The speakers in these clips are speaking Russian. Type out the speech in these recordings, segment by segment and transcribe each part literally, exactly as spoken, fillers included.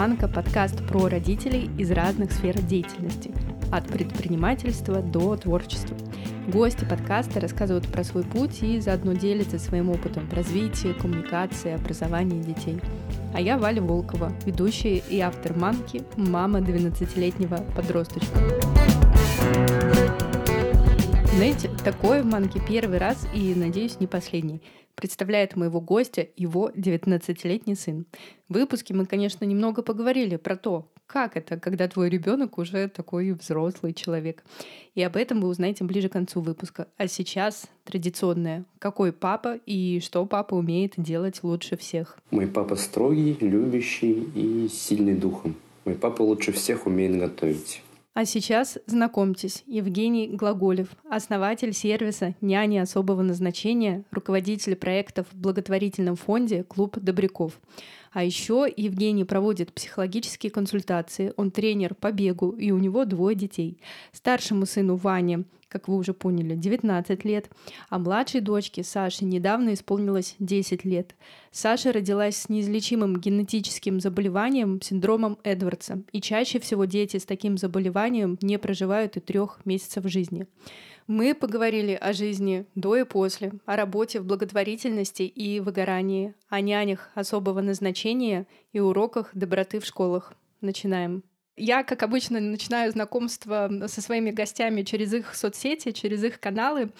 «Манка» — подкаст про родителей из разных сфер деятельности, от предпринимательства до творчества. Гости подкаста рассказывают про свой путь и заодно делятся своим опытом в развитии, коммуникации, образовании детей. А я Валя Волкова, ведущая и автор «Манки», мама двенадцатилетнего подросточка. Знаете, такое в «Манке» первый раз и, надеюсь, не последний. Представляет моего гостя его девятнадцатилетний сын. В выпуске мы, конечно, немного поговорили про то, как это, когда твой ребенок уже такой взрослый человек. И об этом вы узнаете ближе к концу выпуска. А сейчас традиционное. Какой папа и что папа умеет делать лучше всех? Мой папа строгий, любящий и сильный духом. Мой папа лучше всех умеет готовить. А сейчас знакомьтесь, Евгений Глаголев, основатель сервиса «Няни особого назначения», руководитель проектов в благотворительном фонде «Клуб Добряков». А еще Евгений проводит психологические консультации, он тренер по бегу, и у него двое детей. Старшему сыну Ване, как вы уже поняли, девятнадцать лет, а младшей дочке Саше недавно исполнилось десять лет. Саша родилась с неизлечимым генетическим заболеванием, синдромом Эдвардса, и чаще всего дети с таким заболеванием не проживают и трех месяцев жизни. Мы поговорили о жизни до и после, о работе в благотворительности и выгорании, о нянях особого назначения и уроках доброты в школах. Начинаем. Я, как обычно, начинаю знакомство со своими гостями через их соцсети, через их каналы.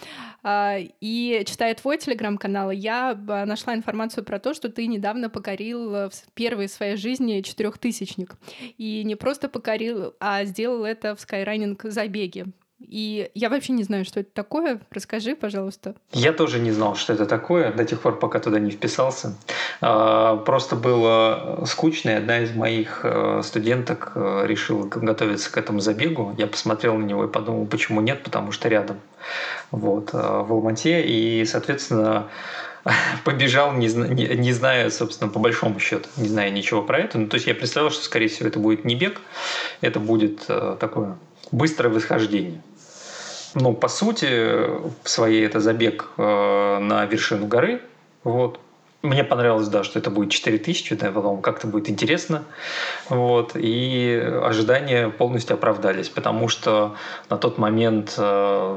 И читая твой телеграм-канал, я нашла информацию про то, что ты недавно покорил первый в своей жизни четырехтысячник. И не просто покорил, а сделал это в скайранинг забеге. И я вообще не знаю, что это такое. Расскажи, пожалуйста. Я тоже не знал, что это такое, до тех пор, пока туда не вписался. Просто было скучно, и одна из моих студенток решила готовиться к этому забегу. Я посмотрел на него и подумал, почему нет, потому что рядом, вот, в Алмате. И, соответственно, побежал, не, не, не зная, собственно, по большому счету, не зная ничего про это. Ну, то есть я представлял, что, скорее всего, это будет не бег, это будет такое быстрое восхождение. Ну, по сути, в своей это забег э, на вершину горы. Вот. Мне понравилось, да, что это будет четыре тысячи, да, потом как-то будет интересно. Вот. И ожидания полностью оправдались, потому что на тот момент э,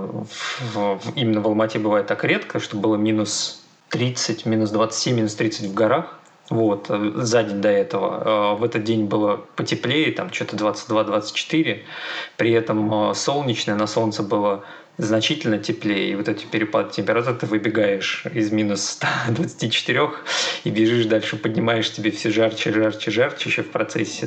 в, в, именно в Алмате бывает так редко, что было минус тридцать, минус двадцать семь, минус тридцать в горах. Вот, за день до этого. В этот день было потеплее, там что-то двадцать два - двадцать четыре. При этом солнечное, на солнце было значительно теплее. И вот эти перепады температур, ты выбегаешь из минус ста двадцати четырёх и бежишь дальше, поднимаешь, тебе все жарче, жарче, жарче еще в процессе,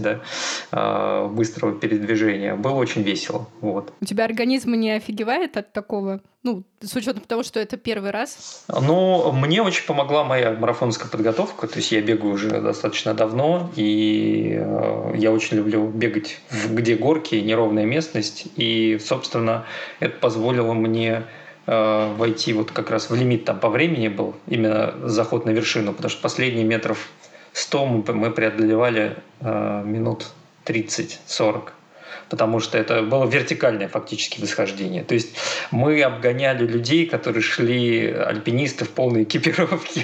да, быстрого передвижения. Было очень весело. Вот. У тебя организм не офигевает от такого? Ну, с учетом того, что это первый раз? Ну, мне очень помогла моя марафонская подготовка. То есть я бегаю уже достаточно давно, и э, я очень люблю бегать, где горки, неровная местность. И, собственно, это позволило мне э, войти вот как раз в лимит там по времени был, именно заход на вершину, потому что последние метров сто мы преодолевали э, минут тридцать-сорок. Потому что это было вертикальное фактически восхождение. То есть мы обгоняли людей, которые шли, альпинисты в полной экипировке.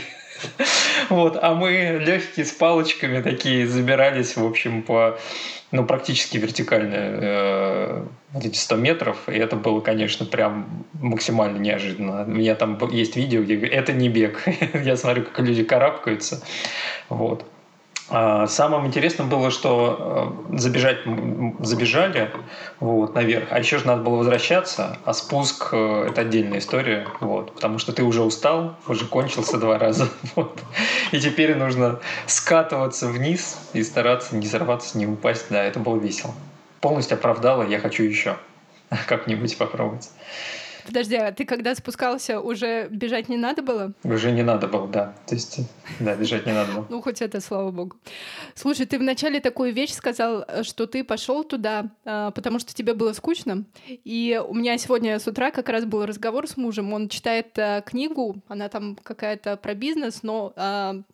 Вот, а мы легкие с палочками такие забирались, в общем, по, ну, практически вертикально э, вот эти сто метров. И это было, конечно, прям максимально неожиданно. У меня там есть видео, где это не бег. Я смотрю, как люди карабкаются. Вот. Самым интересным было, что забежать забежали вот, наверх, а еще же надо было возвращаться, а спуск – это отдельная история, вот, потому что ты уже устал, уже кончился два раза, вот, и теперь нужно скатываться вниз и стараться не сорваться, не упасть. Да, это было весело. Полностью оправдало, я хочу еще как-нибудь попробовать. Подожди, а ты когда спускался, уже бежать не надо было? Уже не надо было, да. То есть, да, бежать не надо было. Ну, хоть это, слава богу. Слушай, ты вначале такую вещь сказал, что ты пошел туда, потому что тебе было скучно. И у меня сегодня с утра как раз был разговор с мужем. Он читает книгу, она там какая-то про бизнес, но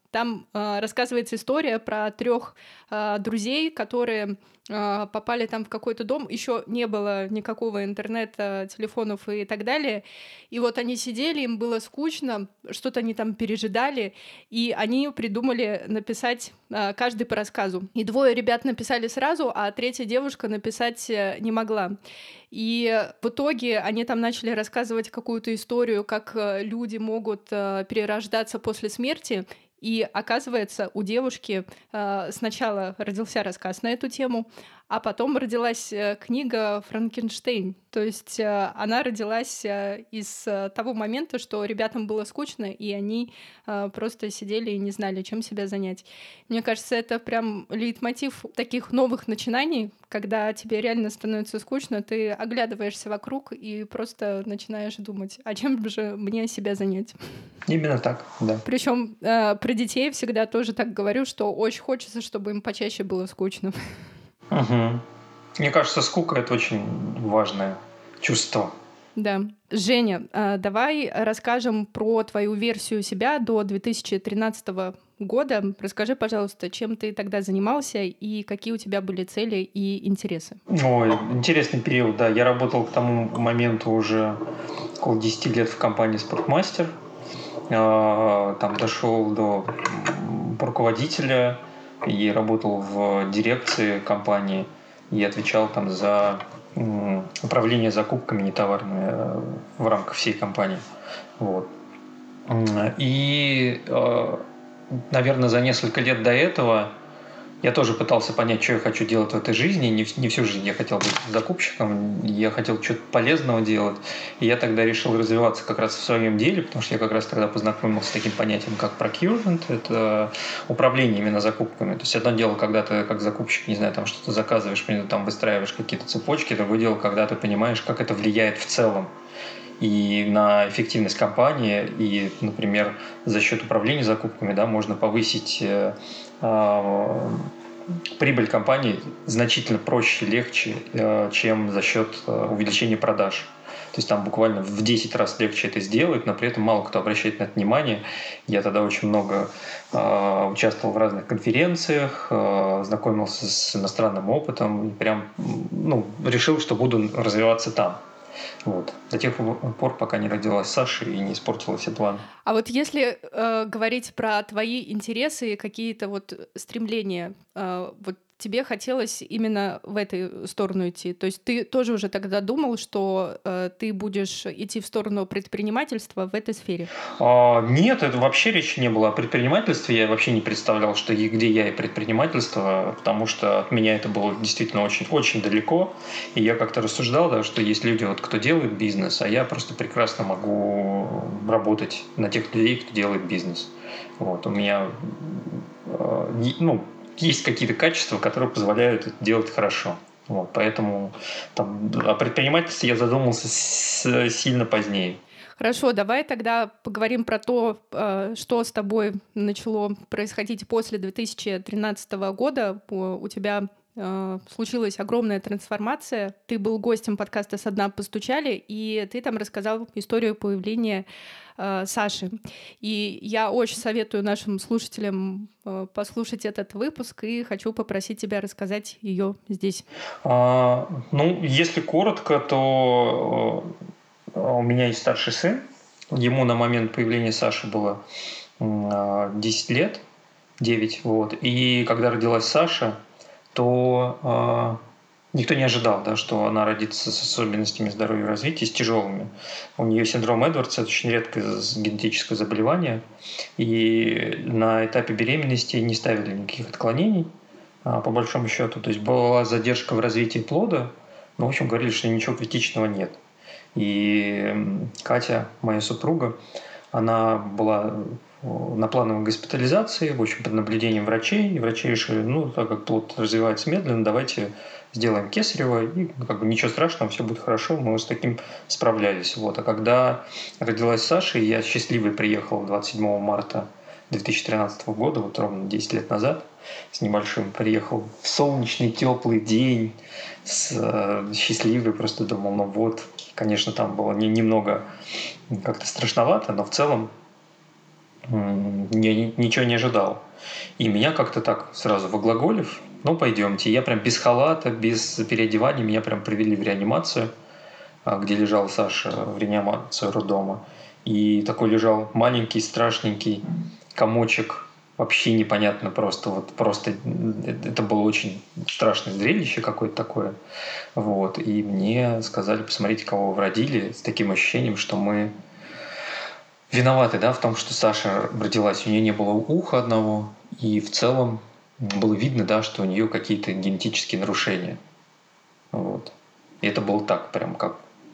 Там э, рассказывается история про трех э, друзей, которые э, попали там в какой-то дом. Еще не было никакого интернета, телефонов и так далее. И вот они сидели, им было скучно, что-то они там пережидали, и они придумали написать э, каждый по рассказу. И двое ребят написали сразу, а третья девушка написать э, не могла. И в итоге они там начали рассказывать какую-то историю, как э, люди могут э, перерождаться после смерти. И оказывается, у девушки э, сначала родился рассказ на эту тему, а потом родилась э, книга «Франкенштейн». То есть э, она родилась э, из э, того момента, что ребятам было скучно, и они э, просто сидели и не знали, чем себя занять. Мне кажется, это прям лейтмотив таких новых начинаний, когда тебе реально становится скучно, ты оглядываешься вокруг и просто начинаешь думать, а чем же мне себя занять? Именно так, да. Причем э, про детей всегда тоже так говорю, что очень хочется, чтобы им почаще было скучно. Угу. Мне кажется, скука — это очень важное чувство. Да. Женя, э, давай расскажем про твою версию себя до две тысячи тринадцатого года. Расскажи, пожалуйста, чем ты тогда занимался и какие у тебя были цели и интересы. Ой, интересный период, да. Я работал к тому моменту уже около десяти лет в компании «Спортмастер». Там дошел до руководителя и работал в дирекции компании и отвечал там за управление закупками нетоварными в рамках всей компании. Вот. И, наверное, за несколько лет до этого я тоже пытался понять, что я хочу делать в этой жизни. Не, не всю жизнь я хотел быть закупщиком, я хотел что-то полезного делать. И я тогда решил развиваться как раз в своем деле, потому что я как раз тогда познакомился с таким понятием, как procurement. Это управление именно закупками. То есть одно дело, когда ты как закупщик, не знаю, там что-то заказываешь, там выстраиваешь какие-то цепочки, другое дело, когда ты понимаешь, как это влияет в целом и на эффективность компании, и, например, за счет управления закупками, да, можно повысить э, э, прибыль компании значительно проще, легче, э, чем за счет э, увеличения продаж. То есть там буквально в десять раз легче это сделать, но при этом мало кто обращает на это внимание. Я тогда очень много э, участвовал в разных конференциях, э, знакомился с иностранным опытом и прям ну, решил, что буду развиваться там. Вот. До тех пор, пока не родилась Саша и не испортила все планы. А вот если э, говорить про твои интересы и какие-то вот стремления, э, вот тебе хотелось именно в эту сторону идти? То есть ты тоже уже тогда думал, что э, ты будешь идти в сторону предпринимательства в этой сфере? А, нет, это вообще речи не было о предпринимательстве. Я вообще не представлял, что и где я и предпринимательство, потому что от меня это было действительно очень, очень далеко. И я как-то рассуждал, да, что есть люди, вот, кто делает бизнес, а я просто прекрасно могу работать на тех людей, кто делает бизнес. Вот, у меня ну, есть какие-то качества, которые позволяют это делать хорошо. Вот, поэтому там, о предпринимательстве я задумался с, сильно позднее. Хорошо, давай тогда поговорим про то, что с тобой начало происходить после две тысячи тринадцатого года. У тебя случилась огромная трансформация. Ты был гостем подкаста «Со дна постучали», и ты там рассказал историю появления э, Саши. И я очень советую нашим слушателям э, послушать этот выпуск, и хочу попросить тебя рассказать ее здесь. А, ну, если коротко, то у меня есть старший сын. Ему на момент появления Саши было десять лет, девять. Вот. И когда родилась Саша, то э, никто не ожидал, да, что она родится с особенностями здоровья и развития, с тяжелыми. У нее синдром Эдвардса – это очень редкое генетическое заболевание. И на этапе беременности не ставили никаких отклонений, по большому счету. То есть была задержка в развитии плода, но, в общем, говорили, что ничего критичного нет. И Катя, моя супруга, она была на плановой госпитализации, в общем, под наблюдением врачей. И врачи решили, ну, так как плод развивается медленно, давайте сделаем кесарево, и как бы ничего страшного, все будет хорошо, мы с таким справлялись. Вот. А когда родилась Саша, я счастливый приехал двадцать седьмого марта две тысячи тринадцатого года, вот ровно десять лет назад, с небольшим, приехал в солнечный, теплый день, с, э, счастливый, просто думал, ну вот, конечно, там было не, немного как-то страшновато, но в целом я ничего не ожидал. И меня как-то так сразу воглаголив, ну, пойдемте. Я прям без халата, без переодевания, меня прям привели в реанимацию, где лежал Саша в реанимации роддома. И такой лежал маленький, страшненький комочек, вообще непонятно просто. Вот просто это было очень страшное зрелище какое-то такое. Вот. И мне сказали, посмотрите, кого вы родили, с таким ощущением, что мы виноваты, да, в том, что Саша родилась. У нее не было уха одного, и в целом было видно, да, что у нее какие-то генетические нарушения. Вот. И это было так, прям как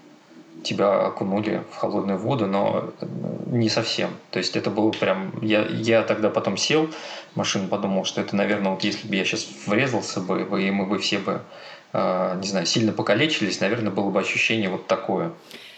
тебя окунули в холодную воду, но не совсем. То есть это было прям... Я, я тогда потом сел в машину, подумал, что это, наверное, вот если бы я сейчас врезался бы, и мы бы все бы, э, не знаю, сильно покалечились, наверное, было бы ощущение вот такое.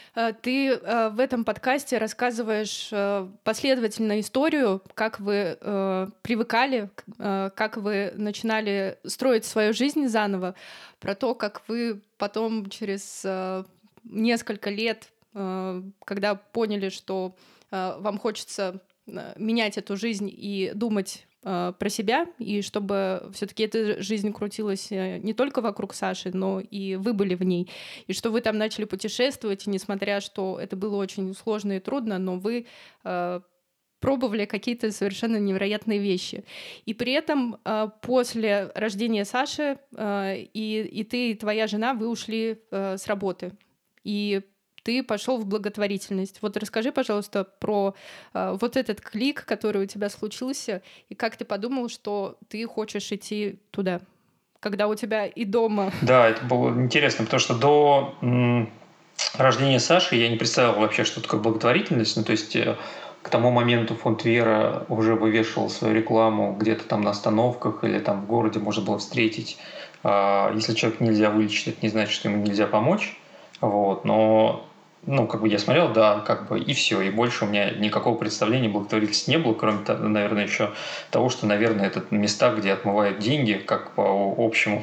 Ты э, в этом подкасте рассказываешь э, последовательно историю, как вы э, привыкали, э, как вы начинали строить свою жизнь заново, про то, как вы потом через э, несколько лет, э, когда поняли, что э, вам хочется э, менять эту жизнь и думать про себя, и чтобы все-таки эта жизнь крутилась не только вокруг Саши, но и вы были в ней, и что вы там начали путешествовать, и несмотря что это было очень сложно и трудно, но вы э, пробовали какие-то совершенно невероятные вещи. И при этом э, после рождения Саши э, и, и ты, и твоя жена, вы ушли э, с работы. И ты пошел в благотворительность. Вот расскажи, пожалуйста, про э, вот этот клик, который у тебя случился, и как ты подумал, что ты хочешь идти туда, когда у тебя и дома... Да, это было интересно, потому что до м, рождения Саши я не представлял вообще, что такое благотворительность. Ну, то есть э, к тому моменту фонд Вера уже вывешивал свою рекламу где-то там на остановках или там в городе можно было встретить. А, если человек нельзя вылечить, это не значит, что ему нельзя помочь. Вот. Но ну, как бы я смотрел, да, как бы и все. И больше у меня никакого представления благотворительности не было, кроме, наверное, еще того, что, наверное, это места, где отмывают деньги, как по общему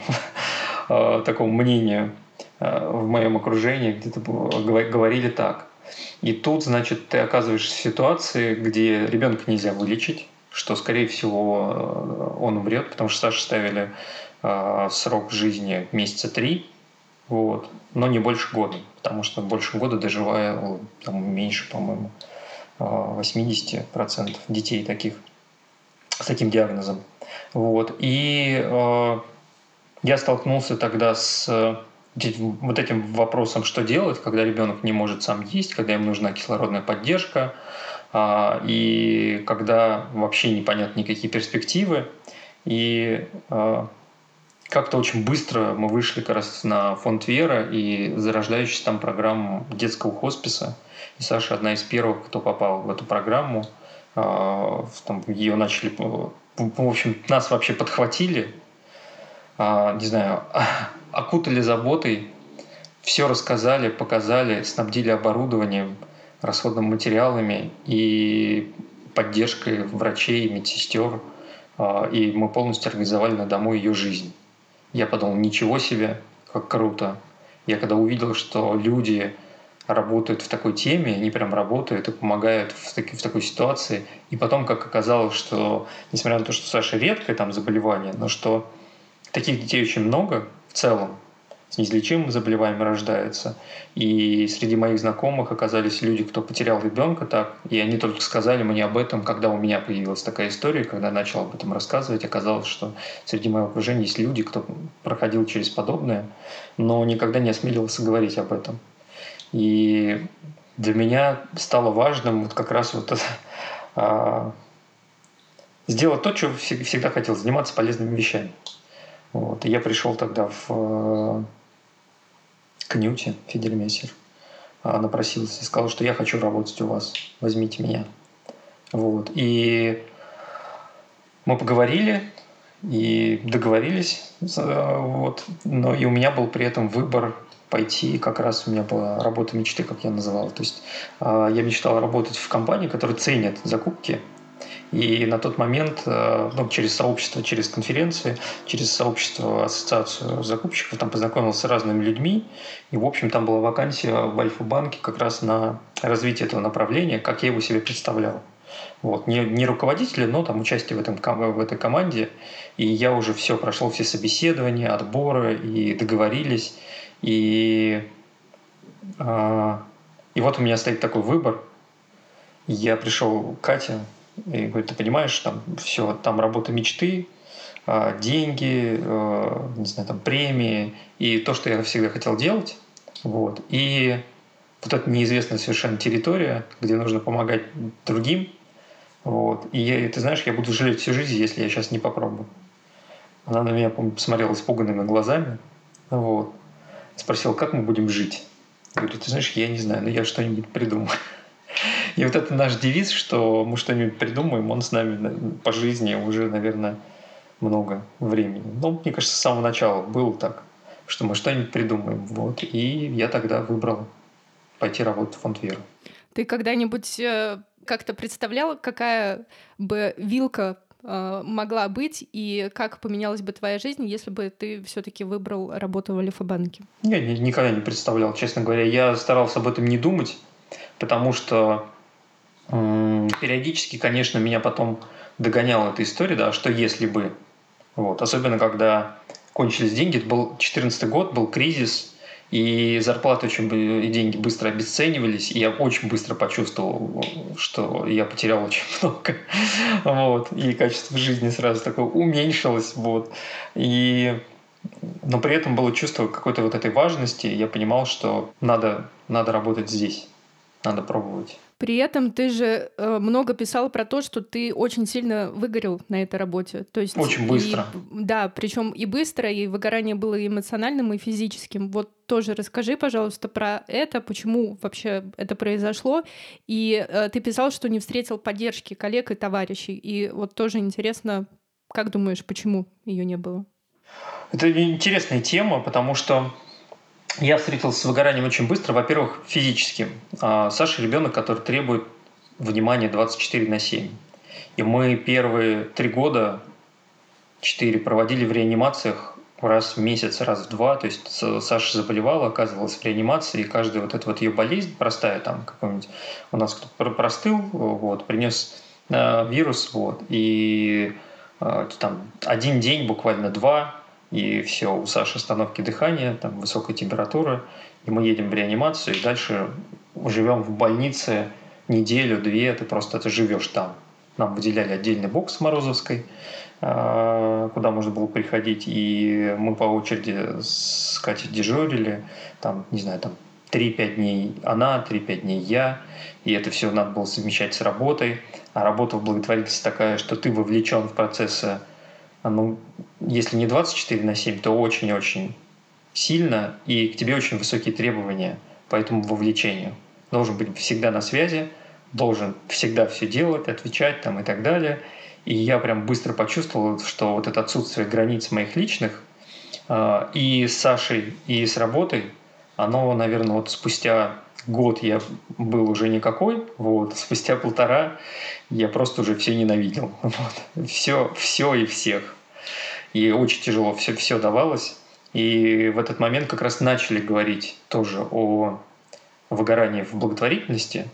такому мнению в моем окружении, где-то говорили так. И тут, значит, ты оказываешься в ситуации, где ребенка нельзя вылечить, что, скорее всего, он умрет, потому что Саше ставили срок жизни месяца три, вот, но не больше года, потому что больше года доживая, там, меньше, по-моему, восемьдесят процентов детей таких с таким диагнозом. Вот. И э, я столкнулся тогда с вот этим вопросом, что делать, когда ребенок не может сам есть, когда им нужна кислородная поддержка, э, и когда вообще непонятны никакие перспективы. И э, как-то очень быстро мы вышли как раз на фонд Вера и зарождающуюся там программу детского хосписа. И Саша одна из первых, кто попал в эту программу. Там ее начали... В общем, нас вообще подхватили, не знаю, окутали заботой, все рассказали, показали, снабдили оборудованием, расходными материалами и поддержкой врачей, медсестер. И мы полностью организовали на дому ее жизнь. Я подумал, ничего себе, как круто. Я когда увидел, что люди работают в такой теме, они прям работают и помогают в, таки, в такой ситуации. И потом, как оказалось, что, несмотря на то, что у Саши редкое там заболевание, но что таких детей очень много в целом, с неизлечимым заболеванием рождаются. И среди моих знакомых оказались люди, кто потерял ребенка так, и они только сказали мне об этом, когда у меня появилась такая история, когда я начал об этом рассказывать, оказалось, что среди моего окружения есть люди, кто проходил через подобное, но никогда не осмеливался говорить об этом. И для меня стало важным вот как раз вот это, а, сделать то, что всегда хотел, заниматься полезными вещами. Вот. И я пришел тогда в к Нюте Фидельмейстер, напросился и сказал, что я хочу работать у вас, возьмите меня. Вот. И мы поговорили и договорились, вот. Но и у меня был при этом выбор пойти, как раз у меня была работа мечты, как я называл. То есть я мечтал работать в компании, которая ценит закупки. И на тот момент ну, через сообщество, через конференции, через сообщество, ассоциацию закупщиков там познакомился с разными людьми. И, в общем, там была вакансия в Альфа-банке как раз на развитие этого направления, как я его себе представлял. Вот. Не, не руководителя, но там участие в, этом, в этой команде. И я уже все, прошел все собеседования, отборы, и договорились. И, э, и вот у меня стоит такой выбор. Я пришел к Кате и говорю, ты понимаешь, там все, там работа мечты, э, деньги, э, не знаю, там премии и то, что я всегда хотел делать. Вот. И вот эта неизвестная совершенно территория, где нужно помогать другим. Вот. И я, ты знаешь, я буду жалеть всю жизнь, если я сейчас не попробую. Она на меня, помню, посмотрела испуганными глазами. Вот. Спросила, как мы будем жить. Я говорю, ты знаешь, я не знаю, но я что-нибудь придумаю. И вот это наш девиз, что мы что-нибудь придумаем, он с нами по жизни уже, наверное, много времени. Но, мне кажется, с самого начала было так, что мы что-нибудь придумаем. Вот. И я тогда выбрал пойти работать в фонд Веры. Ты когда-нибудь э, как-то представлял, какая бы вилка э, могла быть и как поменялась бы твоя жизнь, если бы ты все-таки выбрал работу в Альфа-банке? Я ни- никогда не представлял, честно говоря. Я старался об этом не думать, потому что м, периодически, конечно, меня потом догоняла эта история, да, что если бы. Вот. Особенно, когда кончились деньги, это был четырнадцатый год, был кризис, и зарплаты очень, и деньги быстро обесценивались, и я очень быстро почувствовал, что я потерял очень много. Вот. И качество жизни сразу такое уменьшилось. Вот. И но при этом было чувство какой-то вот этой важности. Я понимал, что надо, надо работать здесь, надо пробовать. При этом ты же э, много писал про то, что ты очень сильно выгорел на этой работе. То есть Очень и быстро. да, причем и быстро, и выгорание было и эмоциональным, и физическим. Вот тоже расскажи, пожалуйста, про это, почему вообще это произошло. И э, ты писал, что не встретил поддержки коллег и товарищей. И вот тоже интересно, как думаешь, почему ее не было? Это интересная тема, потому что я встретился с выгоранием очень быстро. Во-первых, физически. А Саша ребенок, который требует внимания двадцать четыре на семь. И мы первые три года, четыре, проводили в реанимациях раз в месяц, раз в два. То есть Саша заболевала, оказывалась в реанимации, и каждая вот эта вот ее болезнь простая, там какой-нибудь у нас кто-то простыл, вот, принес э, вирус, вот, и э, там один день, буквально два, и все, у Саши остановки дыхания, там высокая температура, и мы едем в реанимацию, и дальше живем в больнице неделю-две, ты просто ты живешь там. Нам выделяли отдельный бокс в Морозовской, куда можно было приходить, и мы по очереди с Катей дежурили, там, не знаю, там три-пять дней она, три-пять дней я, и это все надо было совмещать с работой, а работа в благотворительности такая, что ты вовлечен в процессы, ну, если не двадцать четыре на семь, то очень-очень сильно, и к тебе очень высокие требования по этому вовлечению. Должен быть всегда на связи, должен всегда все делать, отвечать там и так далее. И я прям быстро почувствовал, что вот это отсутствие границ моих личных э, и с Сашей, и с работой, оно, наверное, вот спустя год я был уже никакой, вот, спустя полтора я просто уже все ненавидел. Вот. Все, все и всех. И очень тяжело все, все давалось. И в этот момент как раз начали говорить тоже о выгорании в благотворительности.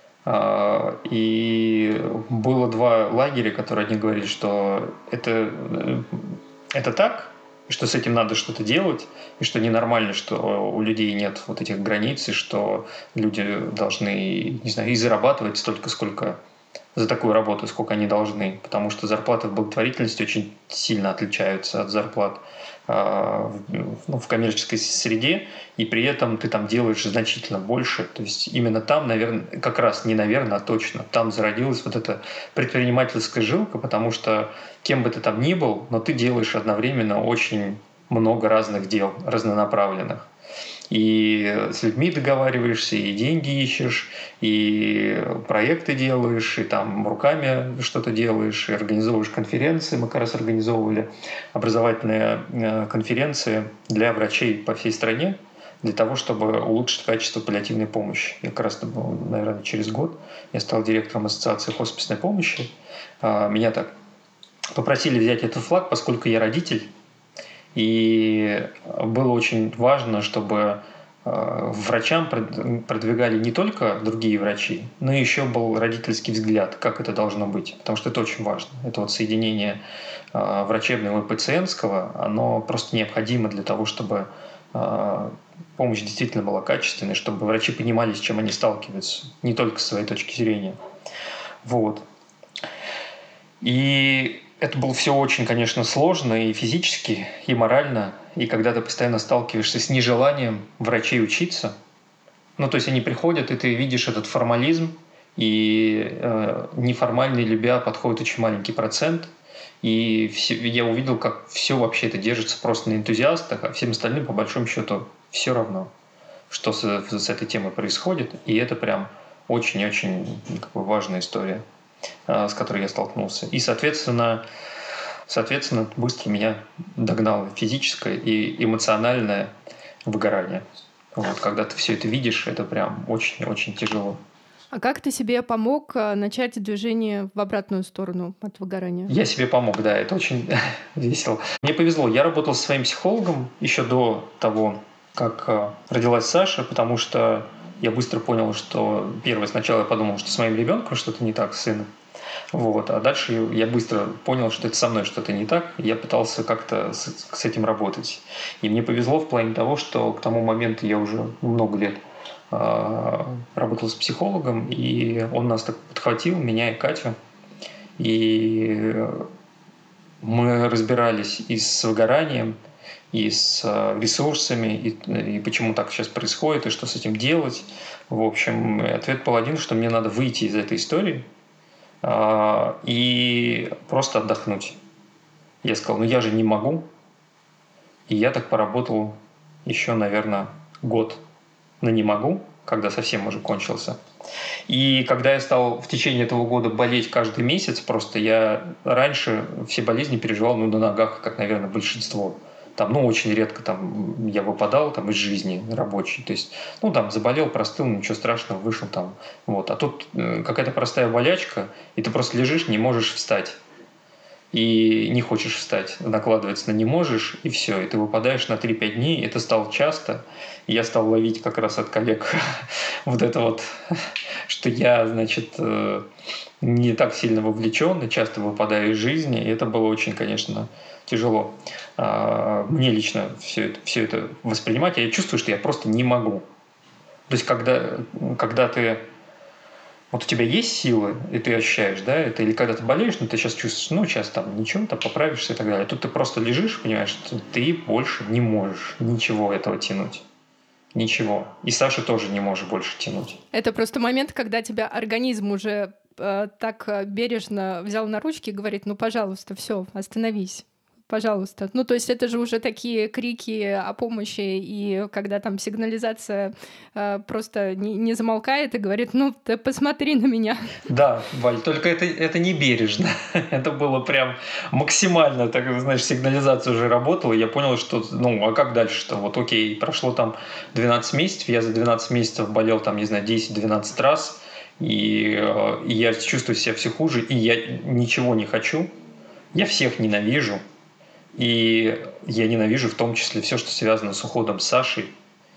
И было два лагеря, которые одни говорили, что это, это так, и что с этим надо что-то делать, и что ненормально, что у людей нет вот этих границ, и что люди должны, не знаю, и зарабатывать столько, сколько за такую работу, сколько они должны, потому что зарплаты в благотворительности очень сильно отличаются от зарплат э, ну, в коммерческой среде, и при этом ты там делаешь значительно больше. То есть именно там, наверное, как раз не наверное, а точно, там зародилась вот эта предпринимательская жилка, потому что кем бы ты там ни был, но ты делаешь одновременно очень много разных дел, разнонаправленных. И с людьми договариваешься, и деньги ищешь, и проекты делаешь, и там руками что-то делаешь, и организовываешь конференции. Мы как раз организовывали образовательные конференции для врачей по всей стране, для того, чтобы улучшить качество паллиативной помощи. Я как раз, наверное, через год я стал директором Ассоциации хосписной помощи. Меня так попросили взять этот флаг, поскольку я родитель, и было очень важно, чтобы врачам продвигали не только другие врачи, но еще был родительский взгляд, как это должно быть, потому что это очень важно. Это вот соединение врачебного и пациентского, оно просто необходимо для того, чтобы помощь действительно была качественной, чтобы врачи понимали, с чем они сталкиваются, не только с своей точки зрения. Вот. И это было все очень, конечно, сложно и физически, и морально. И когда ты постоянно сталкиваешься с нежеланием врачей учиться, ну, то есть они приходят, и ты видишь этот формализм, и э, неформальный любя подходит очень маленький процент. И все, я увидел, как все вообще это держится просто на энтузиастах, а всем остальным, по большому счету, все равно, что с, с этой темой происходит. И это прям очень-очень как бы, важная история, с которой я столкнулся. И, соответственно, соответственно, быстро меня догнало физическое и эмоциональное выгорание. Вот, когда ты все это видишь, это прям очень-очень тяжело. А как ты себе помог начать движение в обратную сторону от выгорания? Я себе помог, да, это очень весело. Мне повезло, я работал со своим психологом еще до того, как родилась Саша, потому что я быстро понял, что первое, сначала я подумал, что с моим ребенком что-то не так, с сыном. Вот. А дальше я быстро понял, что это со мной что-то не так, и я пытался как-то с, с этим работать. И мне повезло в плане того, что к тому моменту я уже много лет э, работал с психологом, и он нас так подхватил, меня и Катю. И мы разбирались и с выгоранием, и с ресурсами, и, и почему так сейчас происходит, и что с этим делать. В общем, ответ был один, что мне надо выйти из этой истории э, и просто отдохнуть. Я сказал, ну я же не могу. И я так поработал еще, наверное, год на «не могу», когда совсем уже кончился. И когда я стал в течение этого года болеть каждый месяц, просто я раньше все болезни переживал ну, на ногах, как, наверное, большинство. Там, ну, очень редко там, я выпадал там, из жизни рабочей. То есть, ну, там, заболел, простыл, ничего страшного, вышел там. Вот. А тут э, какая-то простая болячка, и ты просто лежишь, не можешь встать. И не хочешь встать, накладывается на не можешь, и все, и ты выпадаешь на три-пять дней, это стало часто. И я стал ловить как раз от коллег вот это вот, что я, значит, не так сильно вовлечен и часто выпадаю из жизни, и это было очень, конечно, тяжело. Мне лично все это, все это воспринимать, я чувствую, что я просто не могу. То есть, когда, когда ты вот у тебя есть силы, и ты ощущаешь, да, это, или когда ты болеешь, ну, ты сейчас чувствуешь, ну, сейчас там ничего, там поправишься и так далее. Тут ты просто лежишь, понимаешь, что ты больше не можешь ничего этого тянуть. Ничего. И Саша тоже не может больше тянуть. Это просто момент, когда тебя организм уже э, так бережно взял на ручки и говорит, ну, пожалуйста, все, остановись. Пожалуйста. Ну, то есть это же уже такие крики о помощи, и когда там сигнализация э, просто не, не замолкает и говорит, ну, ты посмотри на меня. Да, Валь, только это, это не бережно. Это было прям максимально, так, знаешь, сигнализация уже работала, и я понял, что, ну, а как дальше-то? Вот окей, прошло там двенадцать месяцев, я за двенадцать месяцев болел там, не знаю, десять-двенадцать раз, и, и я чувствую себя все хуже, и я ничего не хочу, я всех ненавижу. И я ненавижу в том числе все, что связано с уходом Саши.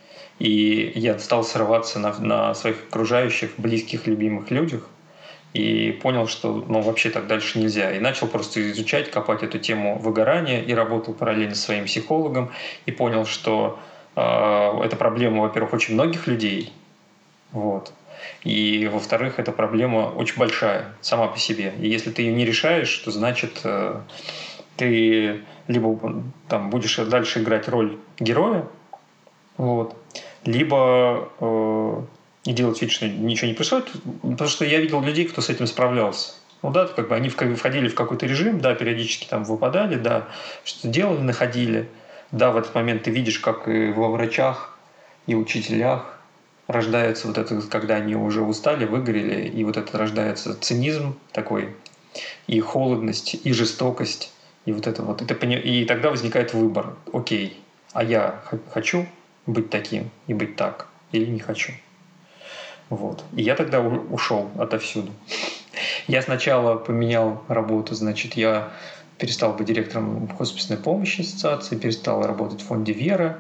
И я стал срываться на, на своих окружающих, близких, любимых людях. И понял, что ну, вообще так дальше нельзя. И начал просто изучать, копать эту тему выгорания. И работал параллельно с своим психологом. И понял, что э, это проблема, во-первых, очень многих людей. Вот. И, во-вторых, эта проблема очень большая сама по себе. И если ты ее не решаешь, то значит... Э, ты либо там, будешь дальше играть роль героя, вот, либо э, и делать вид, что ничего не происходит, потому что я видел людей, кто с этим справлялся. Ну да, как бы они входили в какой-то режим, да, периодически там выпадали, да, что делали, находили. Да, в этот момент ты видишь, как и во врачах, и учителях рождается вот это, когда они уже устали, выгорели, и вот это рождается цинизм такой, и холодность, и жестокость. И вот это вот, это, и тогда возникает выбор. Окей, а я хочу быть таким и быть так, или не хочу? Вот. И я тогда ушел отовсюду. Я сначала поменял работу, значит, я перестал быть директором хосписной помощи ассоциации, перестал работать в фонде «Вера»,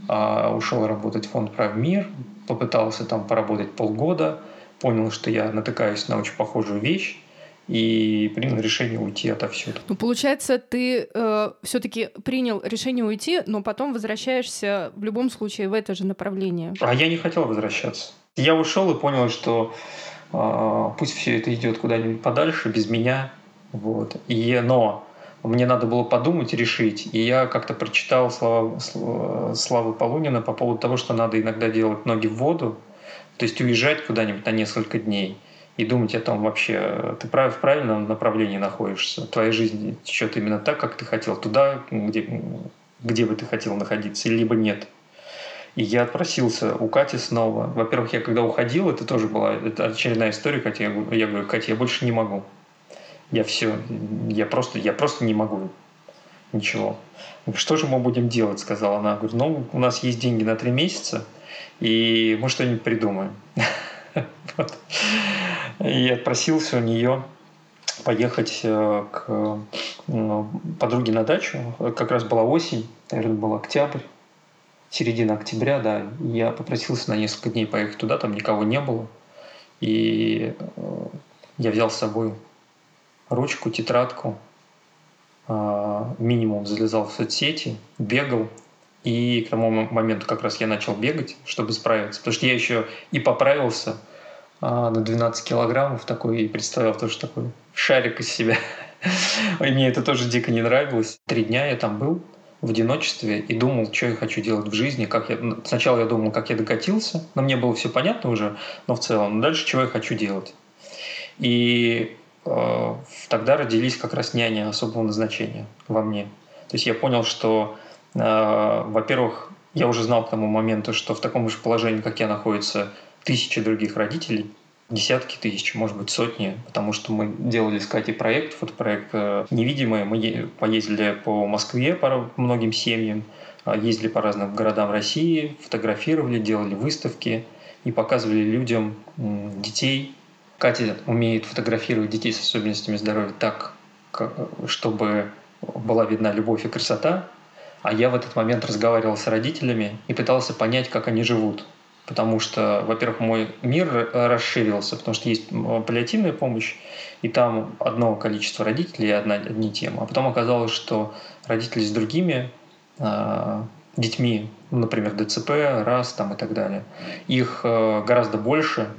а, ушел работать в фонд «Прав мир», попытался там поработать полгода, понял, что я натыкаюсь на очень похожую вещь, и принял решение уйти отовсюду. Ну, получается, ты э, все-таки принял решение уйти, но потом возвращаешься в любом случае в это же направление. А я не хотел возвращаться. Я ушел и понял, что э, пусть все это идет куда-нибудь подальше, без меня. Вот. И, но мне надо было подумать, решить. И я как-то прочитал слова, слова Полунина по поводу того, что надо иногда делать ноги в воду, то есть уезжать куда-нибудь на несколько дней и думать о том вообще, ты прав, в правильном направлении находишься, твоя жизнь течет именно так, как ты хотел, туда, где, где бы ты хотел находиться, либо нет. И я отпросился у Кати снова. Во-первых, я когда уходил, это тоже была это очередная история, Катя, я, я говорю, Катя, я больше не могу. Я все, я просто, я просто не могу. Ничего. Что же мы будем делать, сказала она. Говорю, ну, у нас есть деньги на три месяца, и мы что-нибудь придумаем. И отпросился у нее поехать к подруге на дачу. Как раз была осень, наверное, был октябрь, середина октября, да. Я попросился на несколько дней поехать туда, там никого не было. И я взял с собой ручку, тетрадку, минимум залезал в соцсети, бегал. И к тому моменту как раз я начал бегать, чтобы справиться. Потому что я еще и поправился а, на двенадцать килограммов такой, и представлял тоже такой шарик из себя. И мне это тоже дико не нравилось. Три дня я там был в одиночестве и думал, что я хочу делать в жизни. Как я... Сначала я думал, как я докатился, но мне было все понятно уже, но в целом. Дальше, чего я хочу делать. И э, тогда родились как раз няни особого назначения во мне. То есть я понял, что во-первых, я уже знал к тому моменту, что в таком же положении, как я, находятся тысячи других родителей, десятки тысяч, может быть, сотни, потому что мы делали с Катей проект, фотопроект «Невидимые». Мы поездили по Москве по многим семьям, ездили по разным городам России, фотографировали, делали выставки и показывали людям детей. Катя умеет фотографировать детей с особенностями здоровья так, чтобы была видна любовь и красота. А я в этот момент разговаривал с родителями и пытался понять, как они живут. Потому что, во-первых, мой мир расширился, потому что есть паллиативная помощь, и там одно количество родителей, одна, одни темы. А потом оказалось, что родители с другими э, детьми, например, ДЦП, РАС там, и так далее, их э, гораздо больше.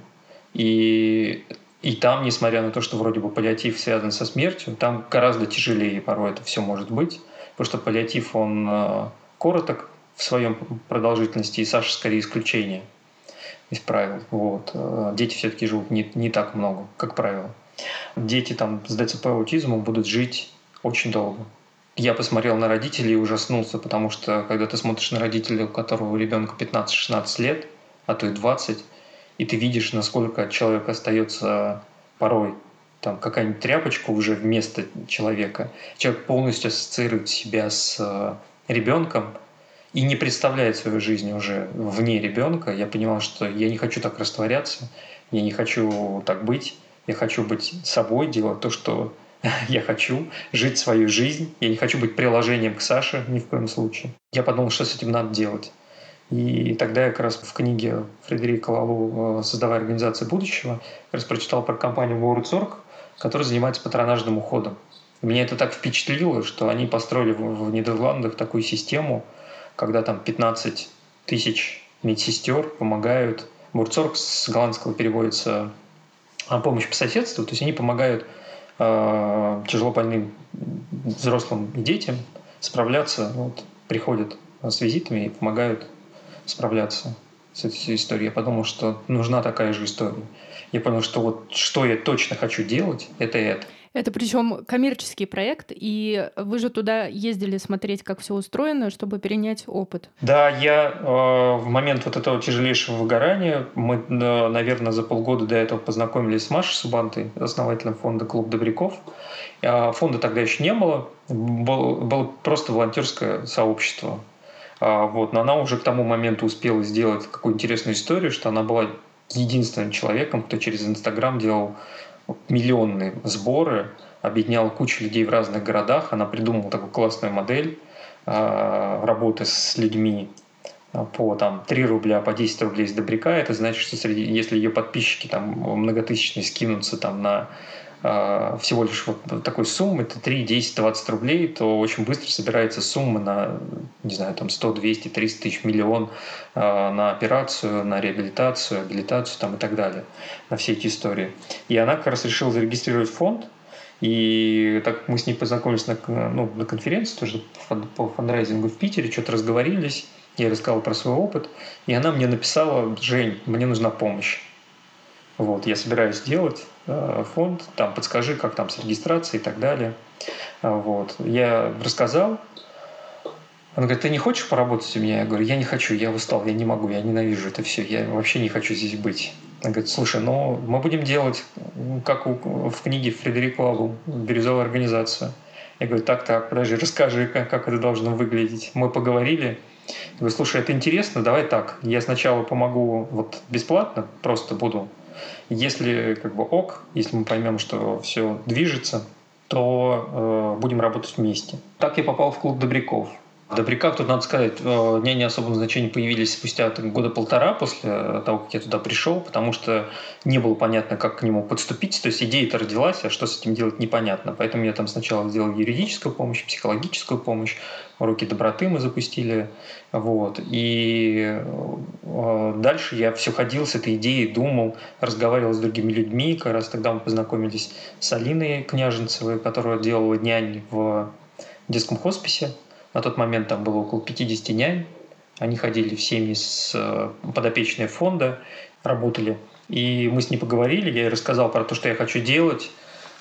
И, и там, несмотря на то, что вроде бы паллиатив связан со смертью, там гораздо тяжелее порой это все может быть. Потому что паллиатив, он э, короток в своем продолжительности, и Саша скорее исключение из правил. Вот. Дети все-таки живут не, не так много, как правило. Дети там с ДЦП, аутизмом будут жить очень долго. Я посмотрел на родителей и ужаснулся, потому что когда ты смотришь на родителей, у которого у ребенка пятнадцать-шестнадцать лет, а то и двадцать, и ты видишь, насколько человек остается порой там какая-нибудь тряпочка уже вместо человека. Человек полностью ассоциирует себя с ребенком и не представляет свою жизнь уже вне ребенка. Я понимал, что я не хочу так растворяться, я не хочу так быть, я хочу быть собой, делать то, что я хочу, жить свою жизнь. Я не хочу быть приложением к Саше ни в коем случае. Я подумал, что с этим надо делать. И тогда я как раз в книге Фредерика Лалу «Создавая организацию будущего» как раз прочитал про компанию World Org, которая занимается патронажным уходом. И меня это так впечатлило, что они построили в Нидерландах такую систему, когда там пятнадцать тысяч медсестер помогают. World Org с голландского переводится «помощь по соседству», то есть они помогают э, тяжелобольным взрослым и детям справляться, вот, приходят с визитами и помогают справляться с этой историей. Я подумал, что нужна такая же история. Я понял, что вот что я точно хочу делать, это это. Это причем коммерческий проект, и вы же туда ездили смотреть, как все устроено, чтобы перенять опыт. Да, я э, в момент вот этого тяжелейшего выгорания, мы, э, наверное, за полгода до этого познакомились с Машей Субантой, основателем фонда «Клуб Добряков». Э, фонда тогда еще не было, было, было просто волонтерское сообщество. Э, вот, но она уже к тому моменту успела сделать какую интересную историю, что она была единственным человеком, кто через Инстаграм делал миллионные сборы, объединяла кучу людей в разных городах. Она придумала такую классную модель э, работы с людьми. по там, три рубля, по десять рублей с Добряка, это значит, что среди, если ее подписчики там, многотысячные скинутся там, на э, всего лишь вот такой суммы, это три, десять, двадцать рублей, то очень быстро собирается сумма на, не знаю, там сто, двести, триста тысяч, миллион э, на операцию, на реабилитацию, абилитацию там, и так далее, на все эти истории. И она как раз решила зарегистрировать фонд. И так как мы с ней познакомились на, ну, на конференции тоже по фандрайзингу в Питере, что-то разговорились, я рассказал про свой опыт, и она мне написала: «Жень, мне нужна помощь. Вот, я собираюсь делать э, фонд, там, подскажи, как там с регистрацией и так далее». Вот. Я рассказал. Она говорит: «Ты не хочешь поработать у меня?» Я говорю: «Я не хочу, я устал, я не могу, я ненавижу это все, я вообще не хочу здесь быть». Она говорит: «Слушай, ну мы будем делать, как у, в книге Фредерик Лалу, «Бирюзовая организация». Я говорю: «Так, так, подожди, расскажи, как, как это должно выглядеть». Мы поговорили. Я говорю: «Слушай, это интересно, давай так, я сначала помогу вот бесплатно, просто буду. Если как бы ок, если мы поймем, что все движется, то э, будем работать вместе». Так я попал в клуб Добряков. В Добряках, тут надо сказать, няни особого значения появились спустя так, года полтора после того, как я туда пришел, потому что не было понятно, как к нему подступить. То есть идея-то родилась, а что с этим делать, непонятно. Поэтому я там сначала сделал юридическую помощь, психологическую помощь, уроки доброты мы запустили. Вот. И дальше я все ходил с этой идеей, думал, разговаривал с другими людьми. Как раз тогда мы познакомились с Алиной Княженцевой, которая делала нянь в детском хосписе. На тот момент там было около пятьдесят нянь. Они ходили в семьи с подопечные фонда, работали. И мы с ней поговорили, я ей рассказал про то, что я хочу делать.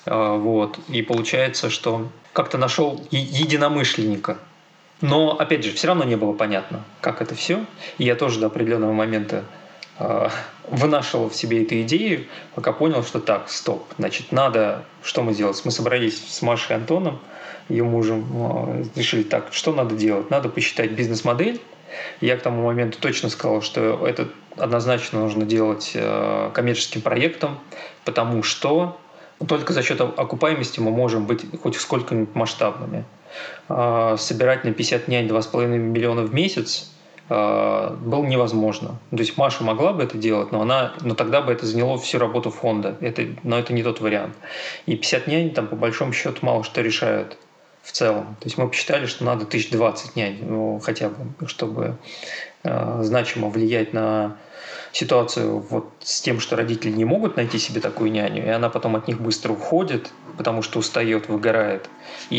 Вот. И получается, что как-то нашел единомышленника. Но, опять же, все равно не было понятно, как это все. И я тоже до определенного момента э, вынашивал в себе эту идею, пока понял, что так, стоп, значит, надо, что мы сделали? Мы собрались с Машей и Антоном, ее мужем, э, решили так, что надо делать? Надо посчитать бизнес-модель. Я к тому моменту точно сказал, что это однозначно нужно делать э, коммерческим проектом, потому что только за счет окупаемости мы можем быть хоть сколько-нибудь масштабными. Собирать на пятьдесят нянь два с половиной миллиона в месяц было невозможно. То есть Маша могла бы это делать, но, она, но тогда бы это заняло всю работу фонда. Это, но это не тот вариант. И пятьдесят нянь там по большому счету мало что решают в целом. То есть мы посчитали, что надо тысяч двадцать нянь, ну, хотя бы, чтобы э, значимо влиять на ситуацию вот с тем, что родители не могут найти себе такую няню, и она потом от них быстро уходит, потому что устает, выгорает.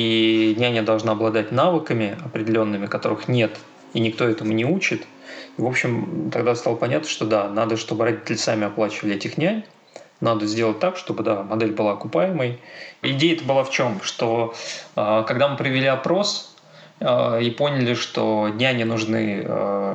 И няня должна обладать навыками определенными, которых нет, и никто этому не учит. И, в общем, тогда стало понятно, что да, надо, чтобы родители сами оплачивали этих нянь, надо сделать так, чтобы да, модель была окупаемой. Идея-то была в чем? Что э, когда мы провели опрос э, и поняли, что няни нужны э,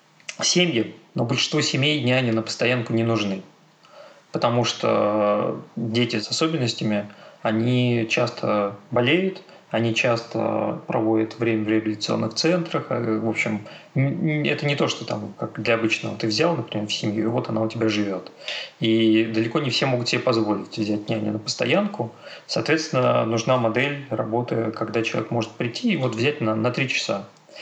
семьи, но большинство семей няни на постоянку не нужны. Потому что дети с особенностями, они часто болеют, они часто проводят время в реабилитационных центрах. В общем, это не то, что там, как для обычного, ты взял, например, в семью, и вот она у тебя живет. И далеко не все могут себе позволить взять няню на постоянку. Соответственно, нужна модель работы, когда человек может прийти и вот взять на, на три часа.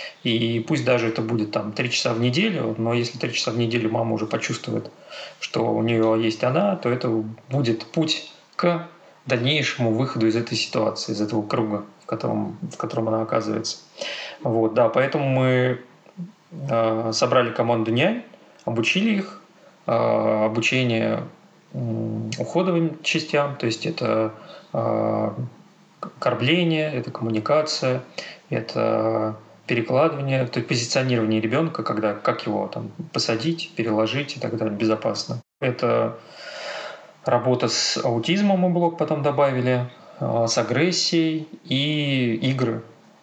И пусть даже это будет там три часа в неделю, но если три часа в неделю мама уже почувствует, что у нее есть она, то это будет путь к дальнейшему выходу из этой ситуации, из этого круга, в котором, в котором она оказывается. Вот, да, поэтому мы э, собрали команду нянь, обучили их, э, обучение э, уходовым частям, то есть это э, кормление, это коммуникация, это перекладывание, то есть позиционирование ребенка, когда как его там посадить, переложить и так далее безопасно. Это работа с аутизмом, мы блок потом добавили, с агрессией и игры.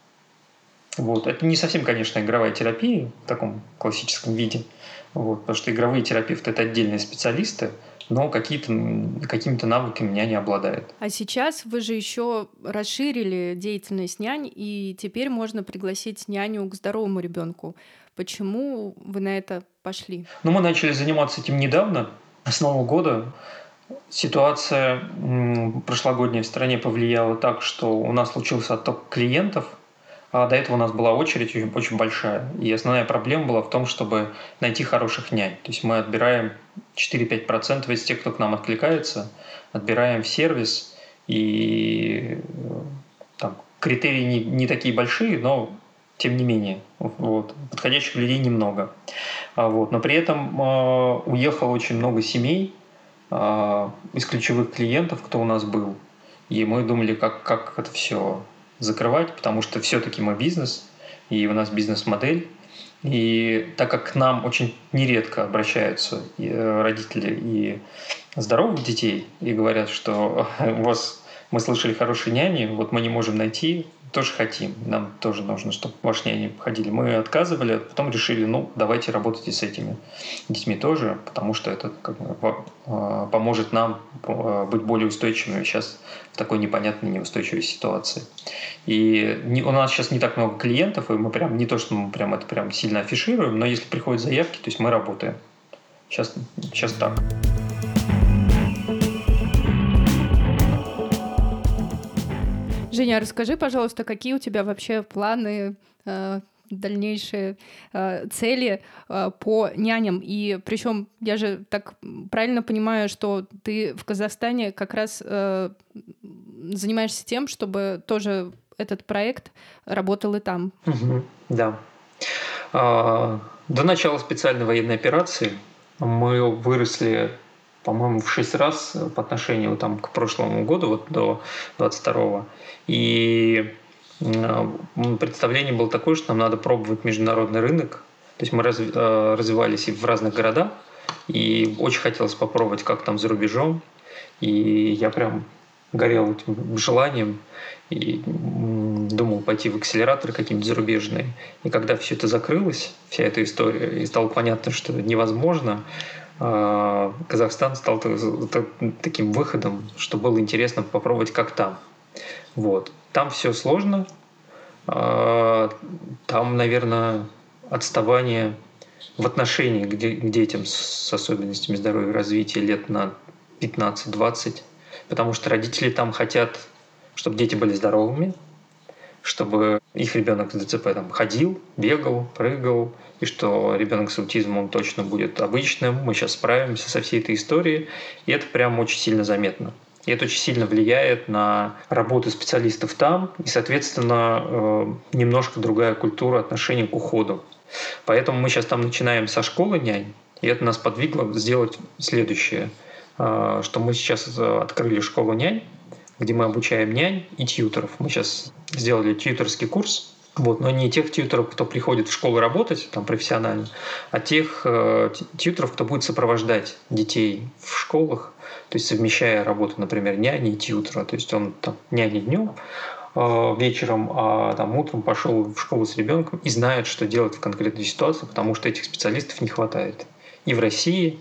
Вот. Это не совсем, конечно, игровая терапия в таком классическом виде, вот, потому что игровые терапевты – это отдельные специалисты, но какие-то, какими-то навыками няня обладает. А сейчас вы же еще расширили деятельность нянь, и теперь можно пригласить няню к здоровому ребенку. Почему вы на это пошли? Ну, мы начали заниматься этим недавно, с Нового года. Ситуация м, прошлогодняя в стране повлияла так, что у нас случился отток клиентов, А до этого у нас была очередь очень, очень большая. И основная проблема была в том, чтобы найти хороших нянь. То есть мы отбираем четыре-пять процентов из тех, кто к нам откликается, отбираем в сервис. И там, критерии не, не такие большие, но тем не менее. Вот. Подходящих людей немного. А вот. Но при этом э, уехало очень много семей э, из ключевых клиентов, кто у нас был. И мы думали, как, как это все закрывать, потому что все-таки мы бизнес, и у нас бизнес-модель. И так как к нам очень нередко обращаются и родители и здоровых детей и говорят, что у вас мы слышали хорошие няни, вот мы не можем найти, тоже хотим, нам тоже нужно, чтобы ваши няни ходили. Мы отказывали, а потом решили, ну, давайте работайте с этими детьми тоже, потому что это как бы поможет нам быть более устойчивыми сейчас в такой непонятной, неустойчивой ситуации. И не, у нас сейчас не так много клиентов, и мы прям не то, что мы прям это прям сильно афишируем, но если приходят заявки, то есть мы работаем. Сейчас, сейчас так. Женя, расскажи, пожалуйста, какие у тебя вообще планы, э, дальнейшие э, цели э, по няням? И причем я же так правильно понимаю, что ты в Казахстане как раз э, занимаешься тем, чтобы тоже этот проект работал и там. Угу, да. А, до начала специальной военной операции мы выросли, по-моему, в шесть раз по отношению там, к прошлому году, вот до двадцать второго. И представление было такое, что нам надо пробовать международный рынок. То есть мы развивались и в разных городах, и очень хотелось попробовать, как там за рубежом. И я прям горел этим желанием и думал пойти в акселераторы какие-нибудь зарубежные. И когда все это закрылось, вся эта история, и стало понятно, что это невозможно, Казахстан стал таким выходом, что было интересно попробовать, как там. Вот. Там все сложно. Там, наверное, отставание в отношении к детям с особенностями здоровья и развития лет на пятнадцать-двадцать. Потому что родители там хотят, чтобы дети были здоровыми, чтобы их ребенок с ДЦП там ходил, бегал, прыгал, и что ребенок с аутизмом точно будет обычным. Мы сейчас справимся со всей этой историей. И это прям очень сильно заметно. И это очень сильно влияет на работу специалистов там, и, соответственно, немножко другая культура отношения к уходу. Поэтому мы сейчас там начинаем со школы нянь, и это нас подвигло сделать следующее, что мы сейчас открыли школу нянь, где мы обучаем нянь и тьюторов. Мы сейчас сделали тьюторский курс, вот, но не тех тьюторов, кто приходит в школу работать там профессионально, а тех э, тьюторов, кто будет сопровождать детей в школах, то есть совмещая работу, например, няни и тьютора. То есть он там няни днем, э, вечером, а там утром пошел в школу с ребенком и знает, что делать в конкретной ситуации, потому что этих специалистов не хватает и в России,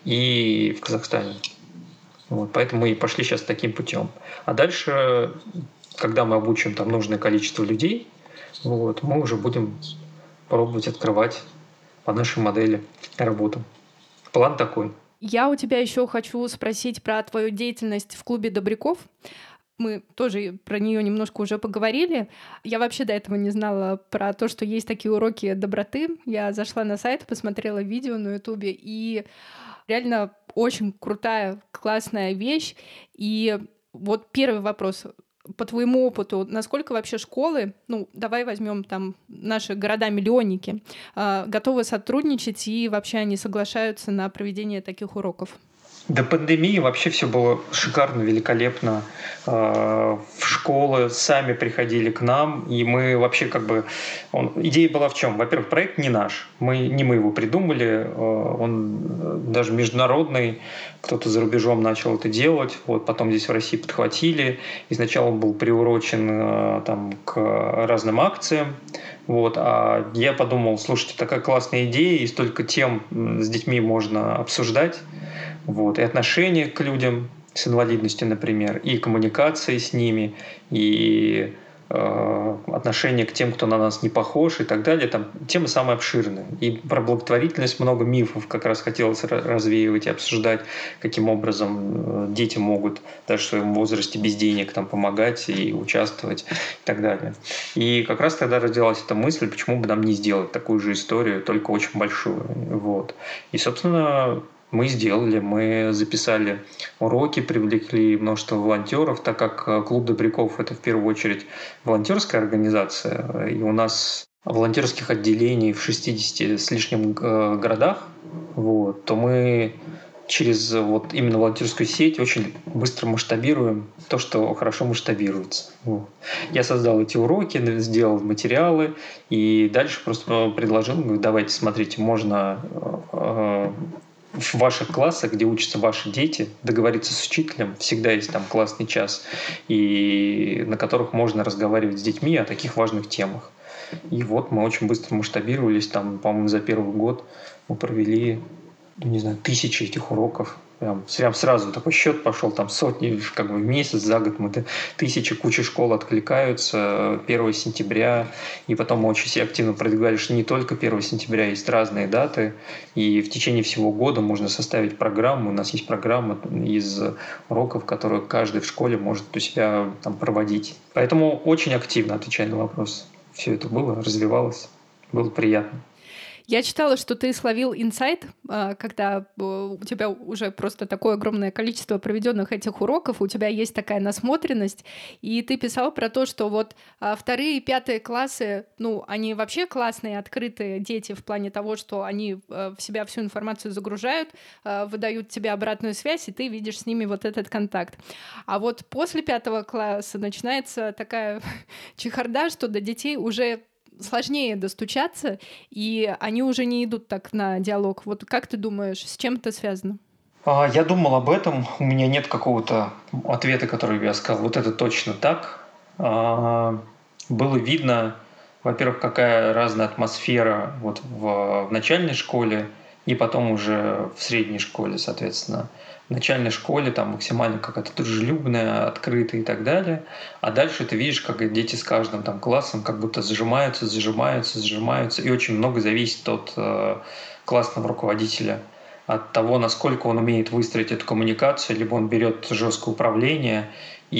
и в Казахстане. Вот, поэтому мы и пошли сейчас таким путем. А дальше, когда мы обучим там нужное количество людей, вот, мы уже будем пробовать открывать по нашей модели работу. План такой. Я у тебя еще хочу спросить про твою деятельность в клубе Добряков. Мы тоже про нее немножко уже поговорили. Я вообще до этого не знала про то, что есть такие уроки доброты. Я зашла на сайт, посмотрела видео на Ютубе, и реально очень крутая, классная вещь. И вот первый вопрос. По твоему опыту, насколько вообще школы, ну, давай возьмем там наши города-миллионники, э, готовы сотрудничать и вообще они соглашаются на проведение таких уроков? До пандемии вообще все было шикарно, великолепно. В школы сами приходили к нам, и мы вообще как бы... Он, идея была в чем? Во-первых, проект не наш. Мы, не мы его придумали. Он даже международный. Кто-то за рубежом начал это делать. Вот, потом здесь в России подхватили. И сначала он был приурочен там, к разным акциям. Вот. А я подумал, слушайте, такая классная идея, и столько тем с детьми можно обсуждать. Вот. И отношение к людям с инвалидностью, например, и коммуникации с ними, и э, отношение к тем, кто на нас не похож и так далее. Там темы самые обширные. И про благотворительность много мифов как раз хотелось развеивать и обсуждать, каким образом дети могут даже в своем возрасте без денег там, помогать и участвовать и так далее. И как раз тогда родилась эта мысль, почему бы нам не сделать такую же историю, только очень большую. Вот. И, собственно, мы сделали, мы записали уроки, привлекли множество волонтеров, так как клуб Добряков – это в первую очередь волонтерская организация, и у нас волонтерских отделений в шестидесяти с лишним городах, вот, то мы через вот именно волонтерскую сеть очень быстро масштабируем то, что хорошо масштабируется. Вот. Я создал эти уроки, сделал материалы и дальше просто предложил, говорю, давайте, смотрите, можно э, в ваших классах, где учатся ваши дети, договориться с учителем, всегда есть там классный час, и на которых можно разговаривать с детьми о таких важных темах. И вот мы очень быстро масштабировались, там, по-моему, за первый год мы провели, не знаю, тысячи этих уроков. Прям, прям сразу такой счет пошел, там сотни, как бы в месяц, за год мы тысячи, куча школ откликаются первого сентября, и потом мы очень активно продвигали, что не только первого сентября, есть разные даты, и в течение всего года можно составить программу, у нас есть программа из уроков, которые каждый в школе может у себя там проводить. Поэтому очень активно отвечаю на вопрос. Все это было, развивалось, было приятно. Я читала, что ты словил инсайт, когда у тебя уже просто такое огромное количество проведенных этих уроков, у тебя есть такая насмотренность, и ты писал про то, что вот вторые и пятые классы, ну, они вообще классные, открытые дети в плане того, что они в себя всю информацию загружают, выдают тебе обратную связь, и ты видишь с ними вот этот контакт. А вот после пятого класса начинается такая чехарда, что до детей уже сложнее достучаться, и они уже не идут так на диалог. Вот как ты думаешь, с чем это связано? Я думал об этом. У меня нет какого-то ответа, который бы я сказал, вот это точно так. Было видно, во-первых, какая разная атмосфера вот в, в начальной школе и потом уже в средней школе, соответственно. В начальной школе там максимально какая-то дружелюбная, открытая и так далее. А дальше ты видишь, как дети с каждым там классом как будто зажимаются, зажимаются, зажимаются. И очень много зависит от э, классного руководителя, от того, насколько он умеет выстроить эту коммуникацию, либо он берет жесткое управление.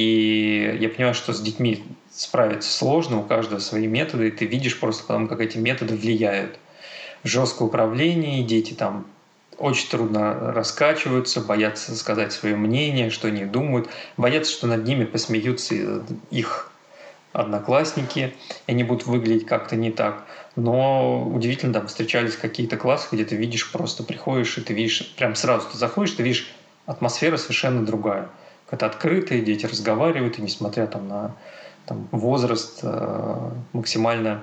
И я понимаю, что с детьми справиться сложно, у каждого свои методы, и ты видишь просто потом, как эти методы влияют. Жесткое управление, дети там очень трудно раскачиваются, боятся сказать свое мнение, что они думают, боятся, что над ними посмеются их одноклассники, и они будут выглядеть как-то не так. Но удивительно, там встречались какие-то классы, где ты видишь, просто приходишь, и ты видишь, прям сразу ты заходишь, ты видишь, атмосфера совершенно другая. Это открытые, дети разговаривают, и несмотря там, на там, возраст, максимально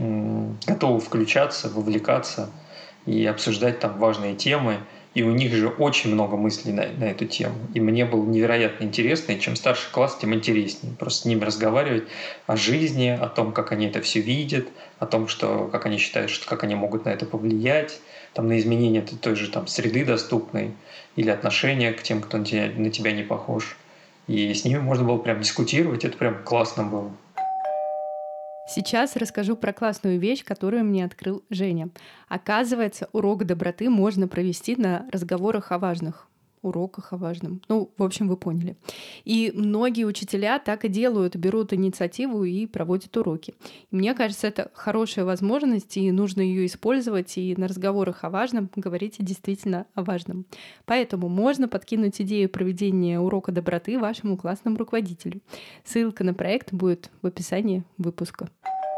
готовы включаться, вовлекаться и обсуждать там важные темы. И у них же очень много мыслей на, на эту тему. И мне было невероятно интересно, и чем старше класс, тем интереснее. Просто с ними разговаривать о жизни, о том, как они это все видят, о том, что, как они считают, что, как они могут на это повлиять, там, на изменение той же там, среды доступной или отношения к тем, кто на тебя, на тебя не похож. И с ними можно было прям дискутировать, это прям классно было. Сейчас расскажу про классную вещь, которую мне открыл Женя. Оказывается, урок доброты можно провести на разговорах о важных уроках о важном. Ну, в общем, вы поняли. И многие учителя так и делают, берут инициативу и проводят уроки. И мне кажется, это хорошая возможность, и нужно ее использовать, и на разговорах о важном говорить действительно о важном. Поэтому можно подкинуть идею проведения урока доброты вашему классному руководителю. Ссылка на проект будет в описании выпуска.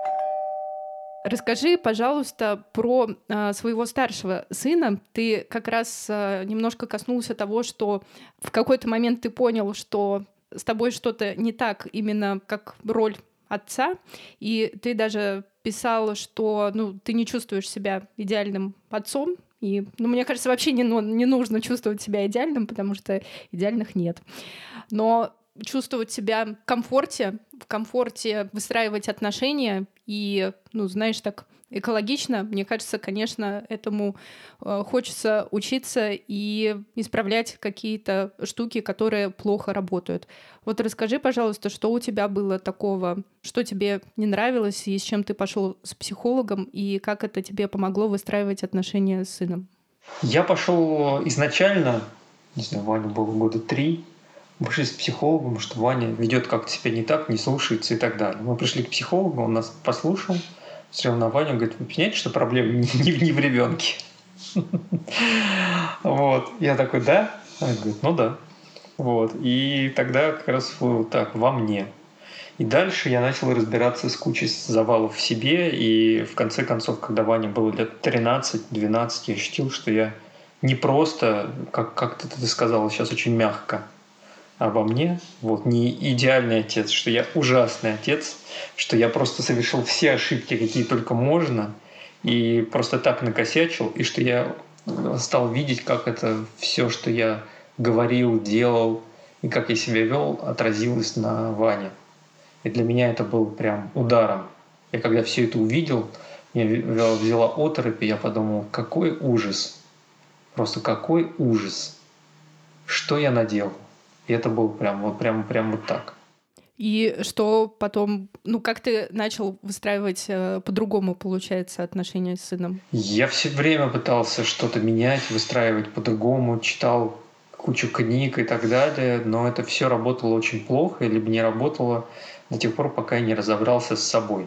Расскажи, пожалуйста, про э, своего старшего сына. Ты как раз э, немножко коснулся того, что в какой-то момент ты понял, что с тобой что-то не так, именно как роль отца, и ты даже писал, что ну, ты не чувствуешь себя идеальным отцом, и ну, мне кажется, вообще не, ну, не нужно чувствовать себя идеальным, потому что идеальных нет. Но чувствовать себя в комфорте, в комфорте выстраивать отношения и, ну, знаешь, так экологично, мне кажется, конечно, этому э, хочется учиться и исправлять какие-то штуки, которые плохо работают. Вот расскажи, пожалуйста, что у тебя было такого, что тебе не нравилось и с чем ты пошел с психологом, и как это тебе помогло выстраивать отношения с сыном? Я пошел изначально, не знаю, Ване было года три, мы пришли с психологом, что Ваня ведет как-то себя не так, не слушается и так далее. Мы пришли к психологу, он нас послушал, смотрел на Ваню, говорит, вы понимаете, что проблема не, не, не в ребенке? Вот. Я такой, да? Он говорит, ну да. Вот. И тогда как раз вот так, во мне. И дальше я начал разбираться с кучей завалов в себе, и в конце концов, когда Ване было лет тринадцать-двенадцать, я ощутил, что я не просто, как, как ты, ты сказала сейчас очень мягко, обо мне, вот, не идеальный отец, что я ужасный отец, что я просто совершил все ошибки, какие только можно, и просто так накосячил, и что я стал видеть, как это все, что я говорил, делал, и как я себя вел, отразилось на Ване. И для меня это был прям ударом. Я когда все это увидел, меня взяла оторопь, и я подумал, какой ужас. Просто какой ужас. Что я наделал. И это было прям вот, прям, прям вот так. И что потом, ну как ты начал выстраивать э, по-другому, получается, отношения с сыном? Я все время пытался что-то менять, выстраивать по-другому, читал кучу книг и так далее, но это все работало очень плохо, либо не работало до тех пор, пока я не разобрался с собой.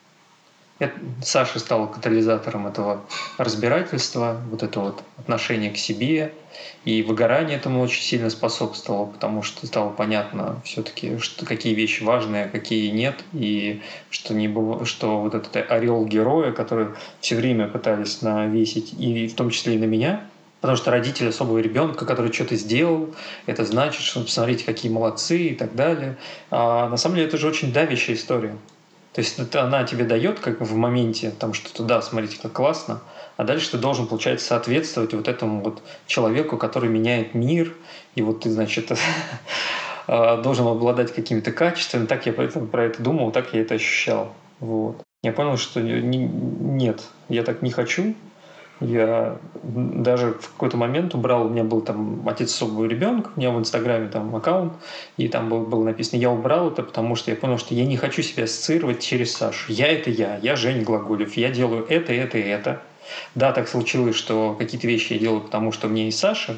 Это, Саша стала катализатором этого разбирательства, вот это вот отношение к себе, и выгорание этому очень сильно способствовало, потому что стало понятно все-таки, что, какие вещи важные, а какие нет, и что, не было, что вот этот орел героя, который все время пытались навесить, и в том числе и на меня, потому что родители особого ребенка, который что-то сделал, это значит, что посмотрите, какие молодцы и так далее. А на самом деле это же очень давящая история. То есть это она тебе дает как в моменте, там что-то, да, смотрите, как классно, а дальше ты должен, получается, соответствовать вот этому вот человеку, который меняет мир, и вот ты, значит, должен обладать какими-то качествами. Так я про это, про это думал, так я это ощущал. Вот. Я понял, что не, нет, я так не хочу. Я даже в какой-то момент убрал, у меня был там отец особого ребенка, у меня в Инстаграме там аккаунт, и там было, было написано, я убрал это, потому что я понял, что я не хочу себя ассоциировать через Сашу. Я — это я, я Женя Глаголев, я делаю это, это и это. Да, так случилось, что какие-то вещи я делаю, потому что у меня есть Саша,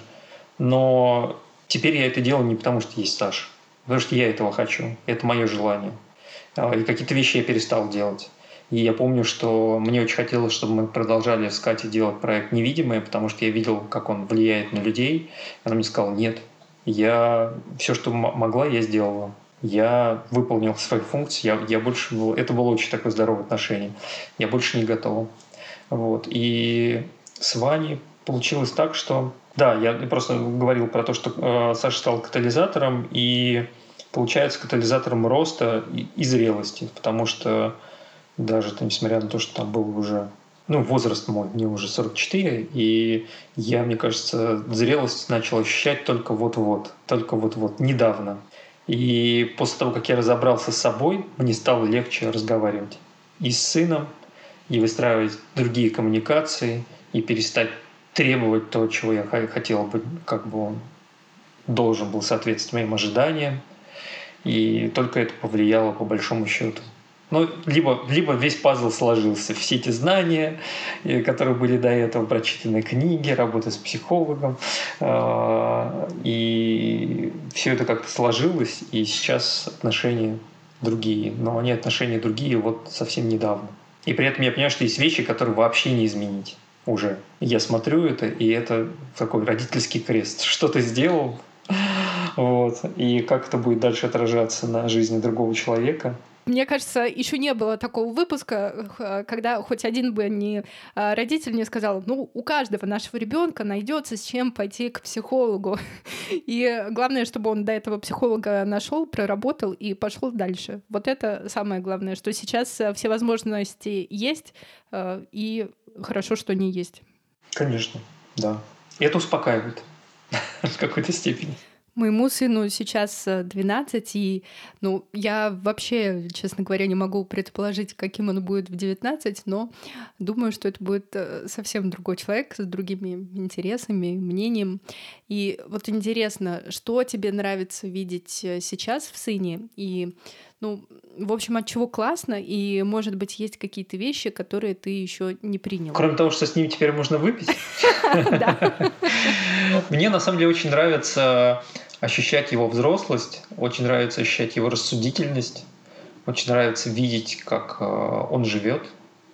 но теперь я это делаю не потому, что есть Саша, потому что я этого хочу, это мое желание. И какие-то вещи я перестал делать. И я помню, что мне очень хотелось, чтобы мы продолжали с Катей делать проект «Невидимое», потому что я видел, как он влияет на людей. Она мне сказала, нет, я все, что могла, я сделала. Я выполнил свои функции, я, я больше был... Это было очень такое здоровое отношение. Я больше не готова. Вот. И с Ваней получилось так, что... Да, я просто говорил про то, что э, Саша стал катализатором, и получается катализатором роста и, и зрелости, потому что даже несмотря на то, что там был уже, ну, возраст мой, мне уже сорок четыре, и я, мне кажется, зрелость начал ощущать только вот-вот, только вот-вот, недавно. И после того, как я разобрался с собой, мне стало легче разговаривать и с сыном, и выстраивать другие коммуникации, и перестать требовать то, чего я хотел бы, как бы он должен был соответствовать моим ожиданиям. И только это повлияло по большому счету. Ну, либо, либо весь пазл сложился. Все эти знания, которые были до этого, прочитанные книги, работа с психологом. И все это как-то сложилось, и сейчас отношения другие. Но они отношения другие вот совсем недавно. И при этом я понимаю, что есть вещи, которые вообще не изменить уже. Я смотрю это, и это такой родительский крест. Что ты сделал? Вот. И как это будет дальше отражаться на жизни другого человека? Мне кажется, еще не было такого выпуска, когда хоть один бы не родитель не сказал, ну, у каждого нашего ребенка найдется с чем пойти к психологу. И главное, чтобы он до этого психолога нашел, проработал и пошел дальше. Вот это самое главное, что сейчас все возможности есть, и хорошо, что они есть. Конечно, да. И это успокаивает в какой-то степени. Моему сыну сейчас э, двенадцать, и ну, я вообще, честно говоря, не могу предположить, каким он будет в девятнадцать, но думаю, что это будет э, совсем другой человек с другими интересами, мнением. И вот интересно, что тебе нравится видеть э, сейчас в сыне? И, ну, в общем, от чего классно, и, может быть, есть какие-то вещи, которые ты еще не принял. Кроме того, что с ним теперь можно выпить. Да. Мне на самом деле очень нравится ощущать его взрослость, очень нравится ощущать его рассудительность, очень нравится видеть, как э, он живет.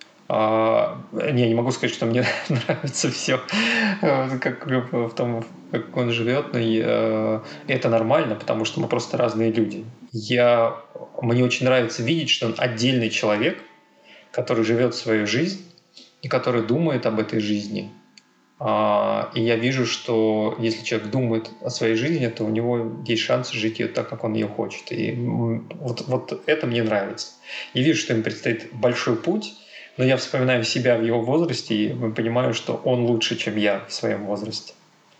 А, не, я не могу сказать, что мне нравится все, как в том, как он живет, но и, э, это нормально, потому что мы просто разные люди. Я, мне очень нравится видеть, что он отдельный человек, который живет свою жизнь и который думает об этой жизни. А, и я вижу, что если человек думает о своей жизни, то у него есть шанс жить ее так, как он ее хочет. И м, вот, вот это мне нравится. Я вижу, что им предстоит большой путь, но я вспоминаю себя в его возрасте и понимаю, что он лучше, чем я в своем возрасте.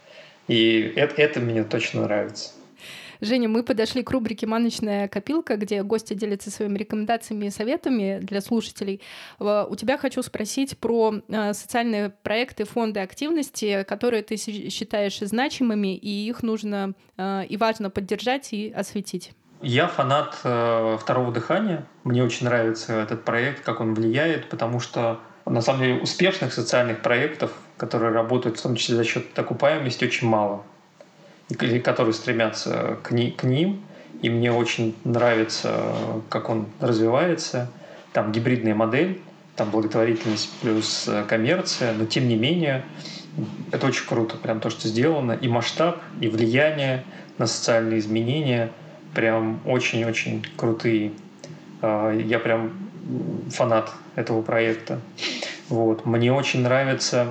И это, это мне точно нравится. Женя, мы подошли к рубрике «Маночная копилка», где гости делятся своими рекомендациями и советами для слушателей. У тебя хочу спросить про социальные проекты, фонды активности, которые ты считаешь значимыми, и их нужно и важно поддержать и осветить. Я фанат э, «Второго дыхания». Мне очень нравится этот проект, как он влияет, потому что на самом деле успешных социальных проектов, которые работают в том числе за счет окупаемости, очень мало. И которые стремятся к, ни, к ним. И мне очень нравится, как он развивается. Там гибридная модель, там благотворительность плюс коммерция, но тем не менее это очень круто, прям то, что сделано. И масштаб, и влияние на социальные изменения прям очень-очень крутые. Я прям фанат этого проекта. Вот. Мне очень нравится,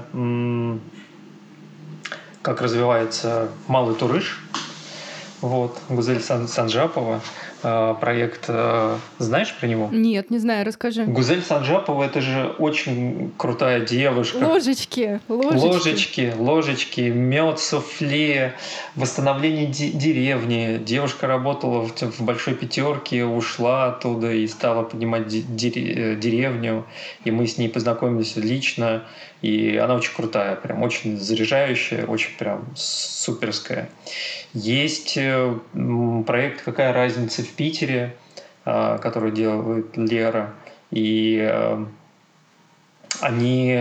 как развивается Малый Турыш. Вот. Гузель Сан- Санжапова. Проект, знаешь про него? Нет, не знаю, расскажи. Гузель Санжапова — это же очень крутая девушка. Ложечки, ложечки. Ложечки, ложечки, мед, суфле, восстановление ди- деревни. Девушка работала в, в большой пятерке, ушла оттуда и стала поднимать ди- ди- деревню. И мы с ней познакомились лично. И она очень крутая, прям очень заряжающая, очень прям суперская. Есть проект «Какая разница» в Питере, который делает Лера. И они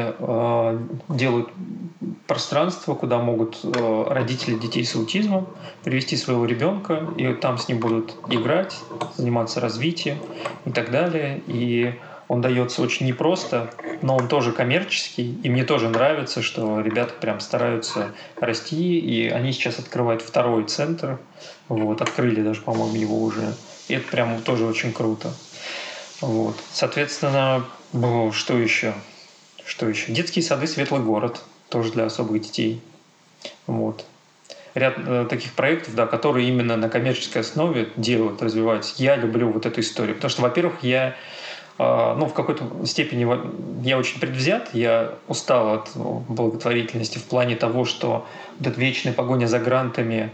делают пространство, куда могут родители детей с аутизмом привести своего ребенка, и там с ним будут играть, заниматься развитием и так далее. И он дается очень непросто, но он тоже коммерческий, и мне тоже нравится, что ребята прям стараются расти, и они сейчас открывают второй центр, вот, открыли даже, по-моему, его уже, и это прям тоже очень круто. Вот. Соответственно, что еще? Что еще? Детские сады «Светлый город», тоже для особых детей. Вот. Ряд э, таких проектов, да, которые именно на коммерческой основе делают, развиваются. Я люблю вот эту историю, потому что, во-первых, я ну, в какой-то степени я очень предвзят, я устал от благотворительности в плане того, что вот эта вечная погоня за грантами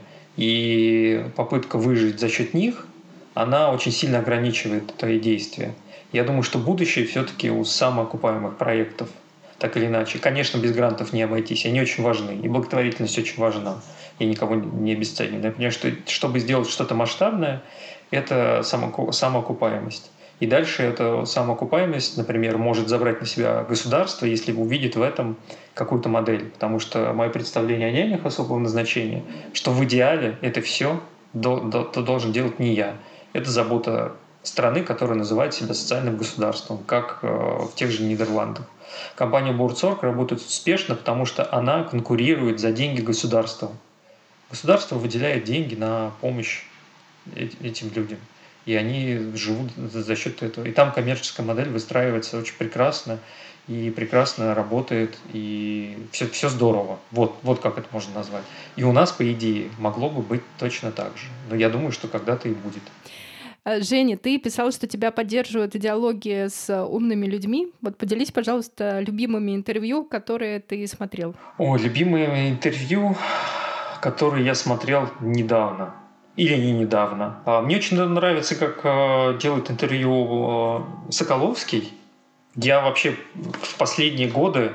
и попытка выжить за счет них, она очень сильно ограничивает твои действия. Я думаю, что будущее все-таки у самоокупаемых проектов, так или иначе. Конечно, без грантов не обойтись, они очень важны, и благотворительность очень важна, я никого не обесцениваю. Я понимаю, что чтобы сделать что-то масштабное, это самоокупаемость. И дальше эта самоокупаемость, например, может забрать на себя государство, если увидит в этом какую-то модель. Потому что мое представление о нянях особого назначения, что в идеале это все должен делать не я. Это забота страны, которая называет себя социальным государством, как в тех же Нидерландах. Компания Бурцорг работает успешно, потому что она конкурирует за деньги государства. Государство выделяет деньги на помощь этим людям. И они живут за счет этого. И там коммерческая модель выстраивается очень прекрасно, и прекрасно работает, и все, все здорово. Вот, вот как это можно назвать. И у нас, по идее, могло бы быть точно так же. Но я думаю, что когда-то и будет. Женя, ты писал, что тебя поддерживают идеологии с умными людьми. Вот поделись, пожалуйста, любимыми интервью, которые ты смотрел. О, любимые интервью... который я смотрел недавно. Или не недавно. Мне очень нравится, как делает интервью Соколовский. Я вообще в последние годы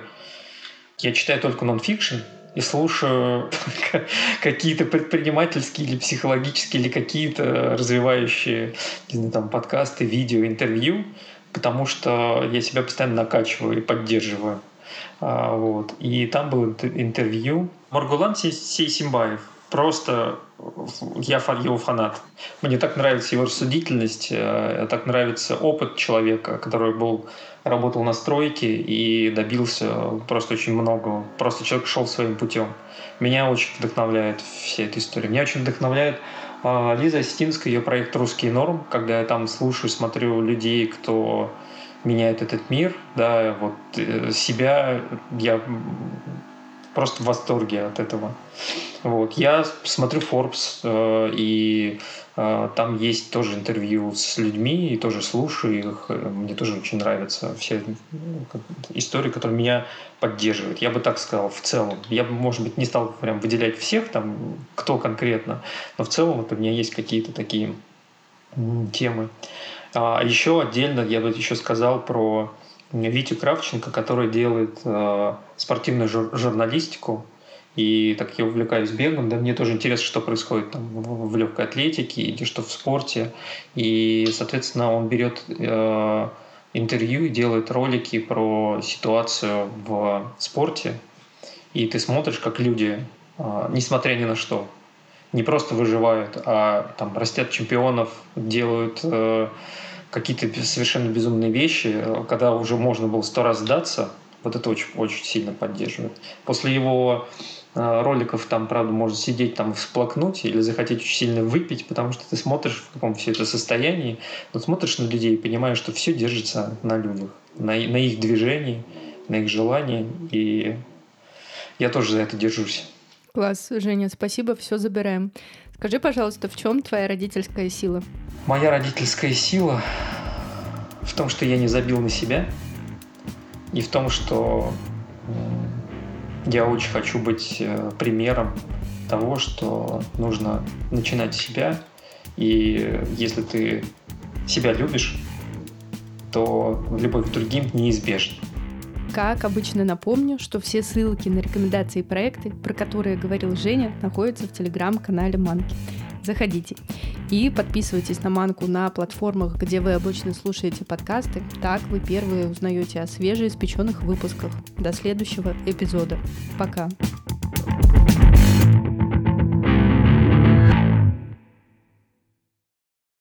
я читаю только нон-фикшн и слушаю какие-то предпринимательские или психологические, или какие-то развивающие, не знаю, там, подкасты, видео, интервью, потому что я себя постоянно накачиваю и поддерживаю. Вот. И там было интервью Маргулан Сейсимбаев. Просто я его фанат. Мне так нравится его рассудительность, так нравится опыт человека, который был, работал на стройке и добился просто очень многого. Просто человек шел своим путем. Меня очень вдохновляет вся эта история. Меня очень вдохновляет Лиза Осетинская, ее проект «Русский норм», когда я там слушаю, смотрю людей, кто меняет этот мир, да, вот себя, я просто в восторге от этого. Вот. Я смотрю Forbes, э, и э, там есть тоже интервью с людьми, и тоже слушаю их. Мне тоже очень нравятся все истории, которые меня поддерживают. Я бы так сказал, в целом. Я бы, может быть, не стал прям выделять всех, там, кто конкретно, но в целом вот у меня есть какие-то такие м, темы. А еще отдельно я бы еще сказал про Витю Кравченко, который делает э, спортивную жур- журналистику. И так я увлекаюсь бегом, да, мне тоже интересно, что происходит там в, в легкой атлетике или что в спорте. И, соответственно, он берет э, интервью и делает ролики про ситуацию в спорте. И ты смотришь, как люди, э, несмотря ни на что, не просто выживают, а там растят чемпионов, делают э, какие-то совершенно безумные вещи, когда уже можно было сто раз сдаться. Вот это очень, очень сильно поддерживает. После его э, роликов там, правда, можно сидеть там всплакнуть или захотеть очень сильно выпить, потому что ты смотришь, в каком все это состоянии, вот смотришь на людей и понимаешь, что все держится на людях, на, на их движении, на их желании, и я тоже за это держусь. Класс, Женя, спасибо, все забираем. Скажи, пожалуйста, в чем твоя родительская сила? Моя родительская сила в том, что я не забил на себя, и в том, что я очень хочу быть примером того, что нужно начинать с себя, и если ты себя любишь, то любовь к другим неизбежна. Как обычно напомню, что все ссылки на рекомендации и проекты, про которые говорил Женя, находятся в телеграм-канале Манки. Заходите. И подписывайтесь на Манку на платформах, где вы обычно слушаете подкасты. Так вы первые узнаете о свежеиспеченных выпусках. До следующего эпизода. Пока.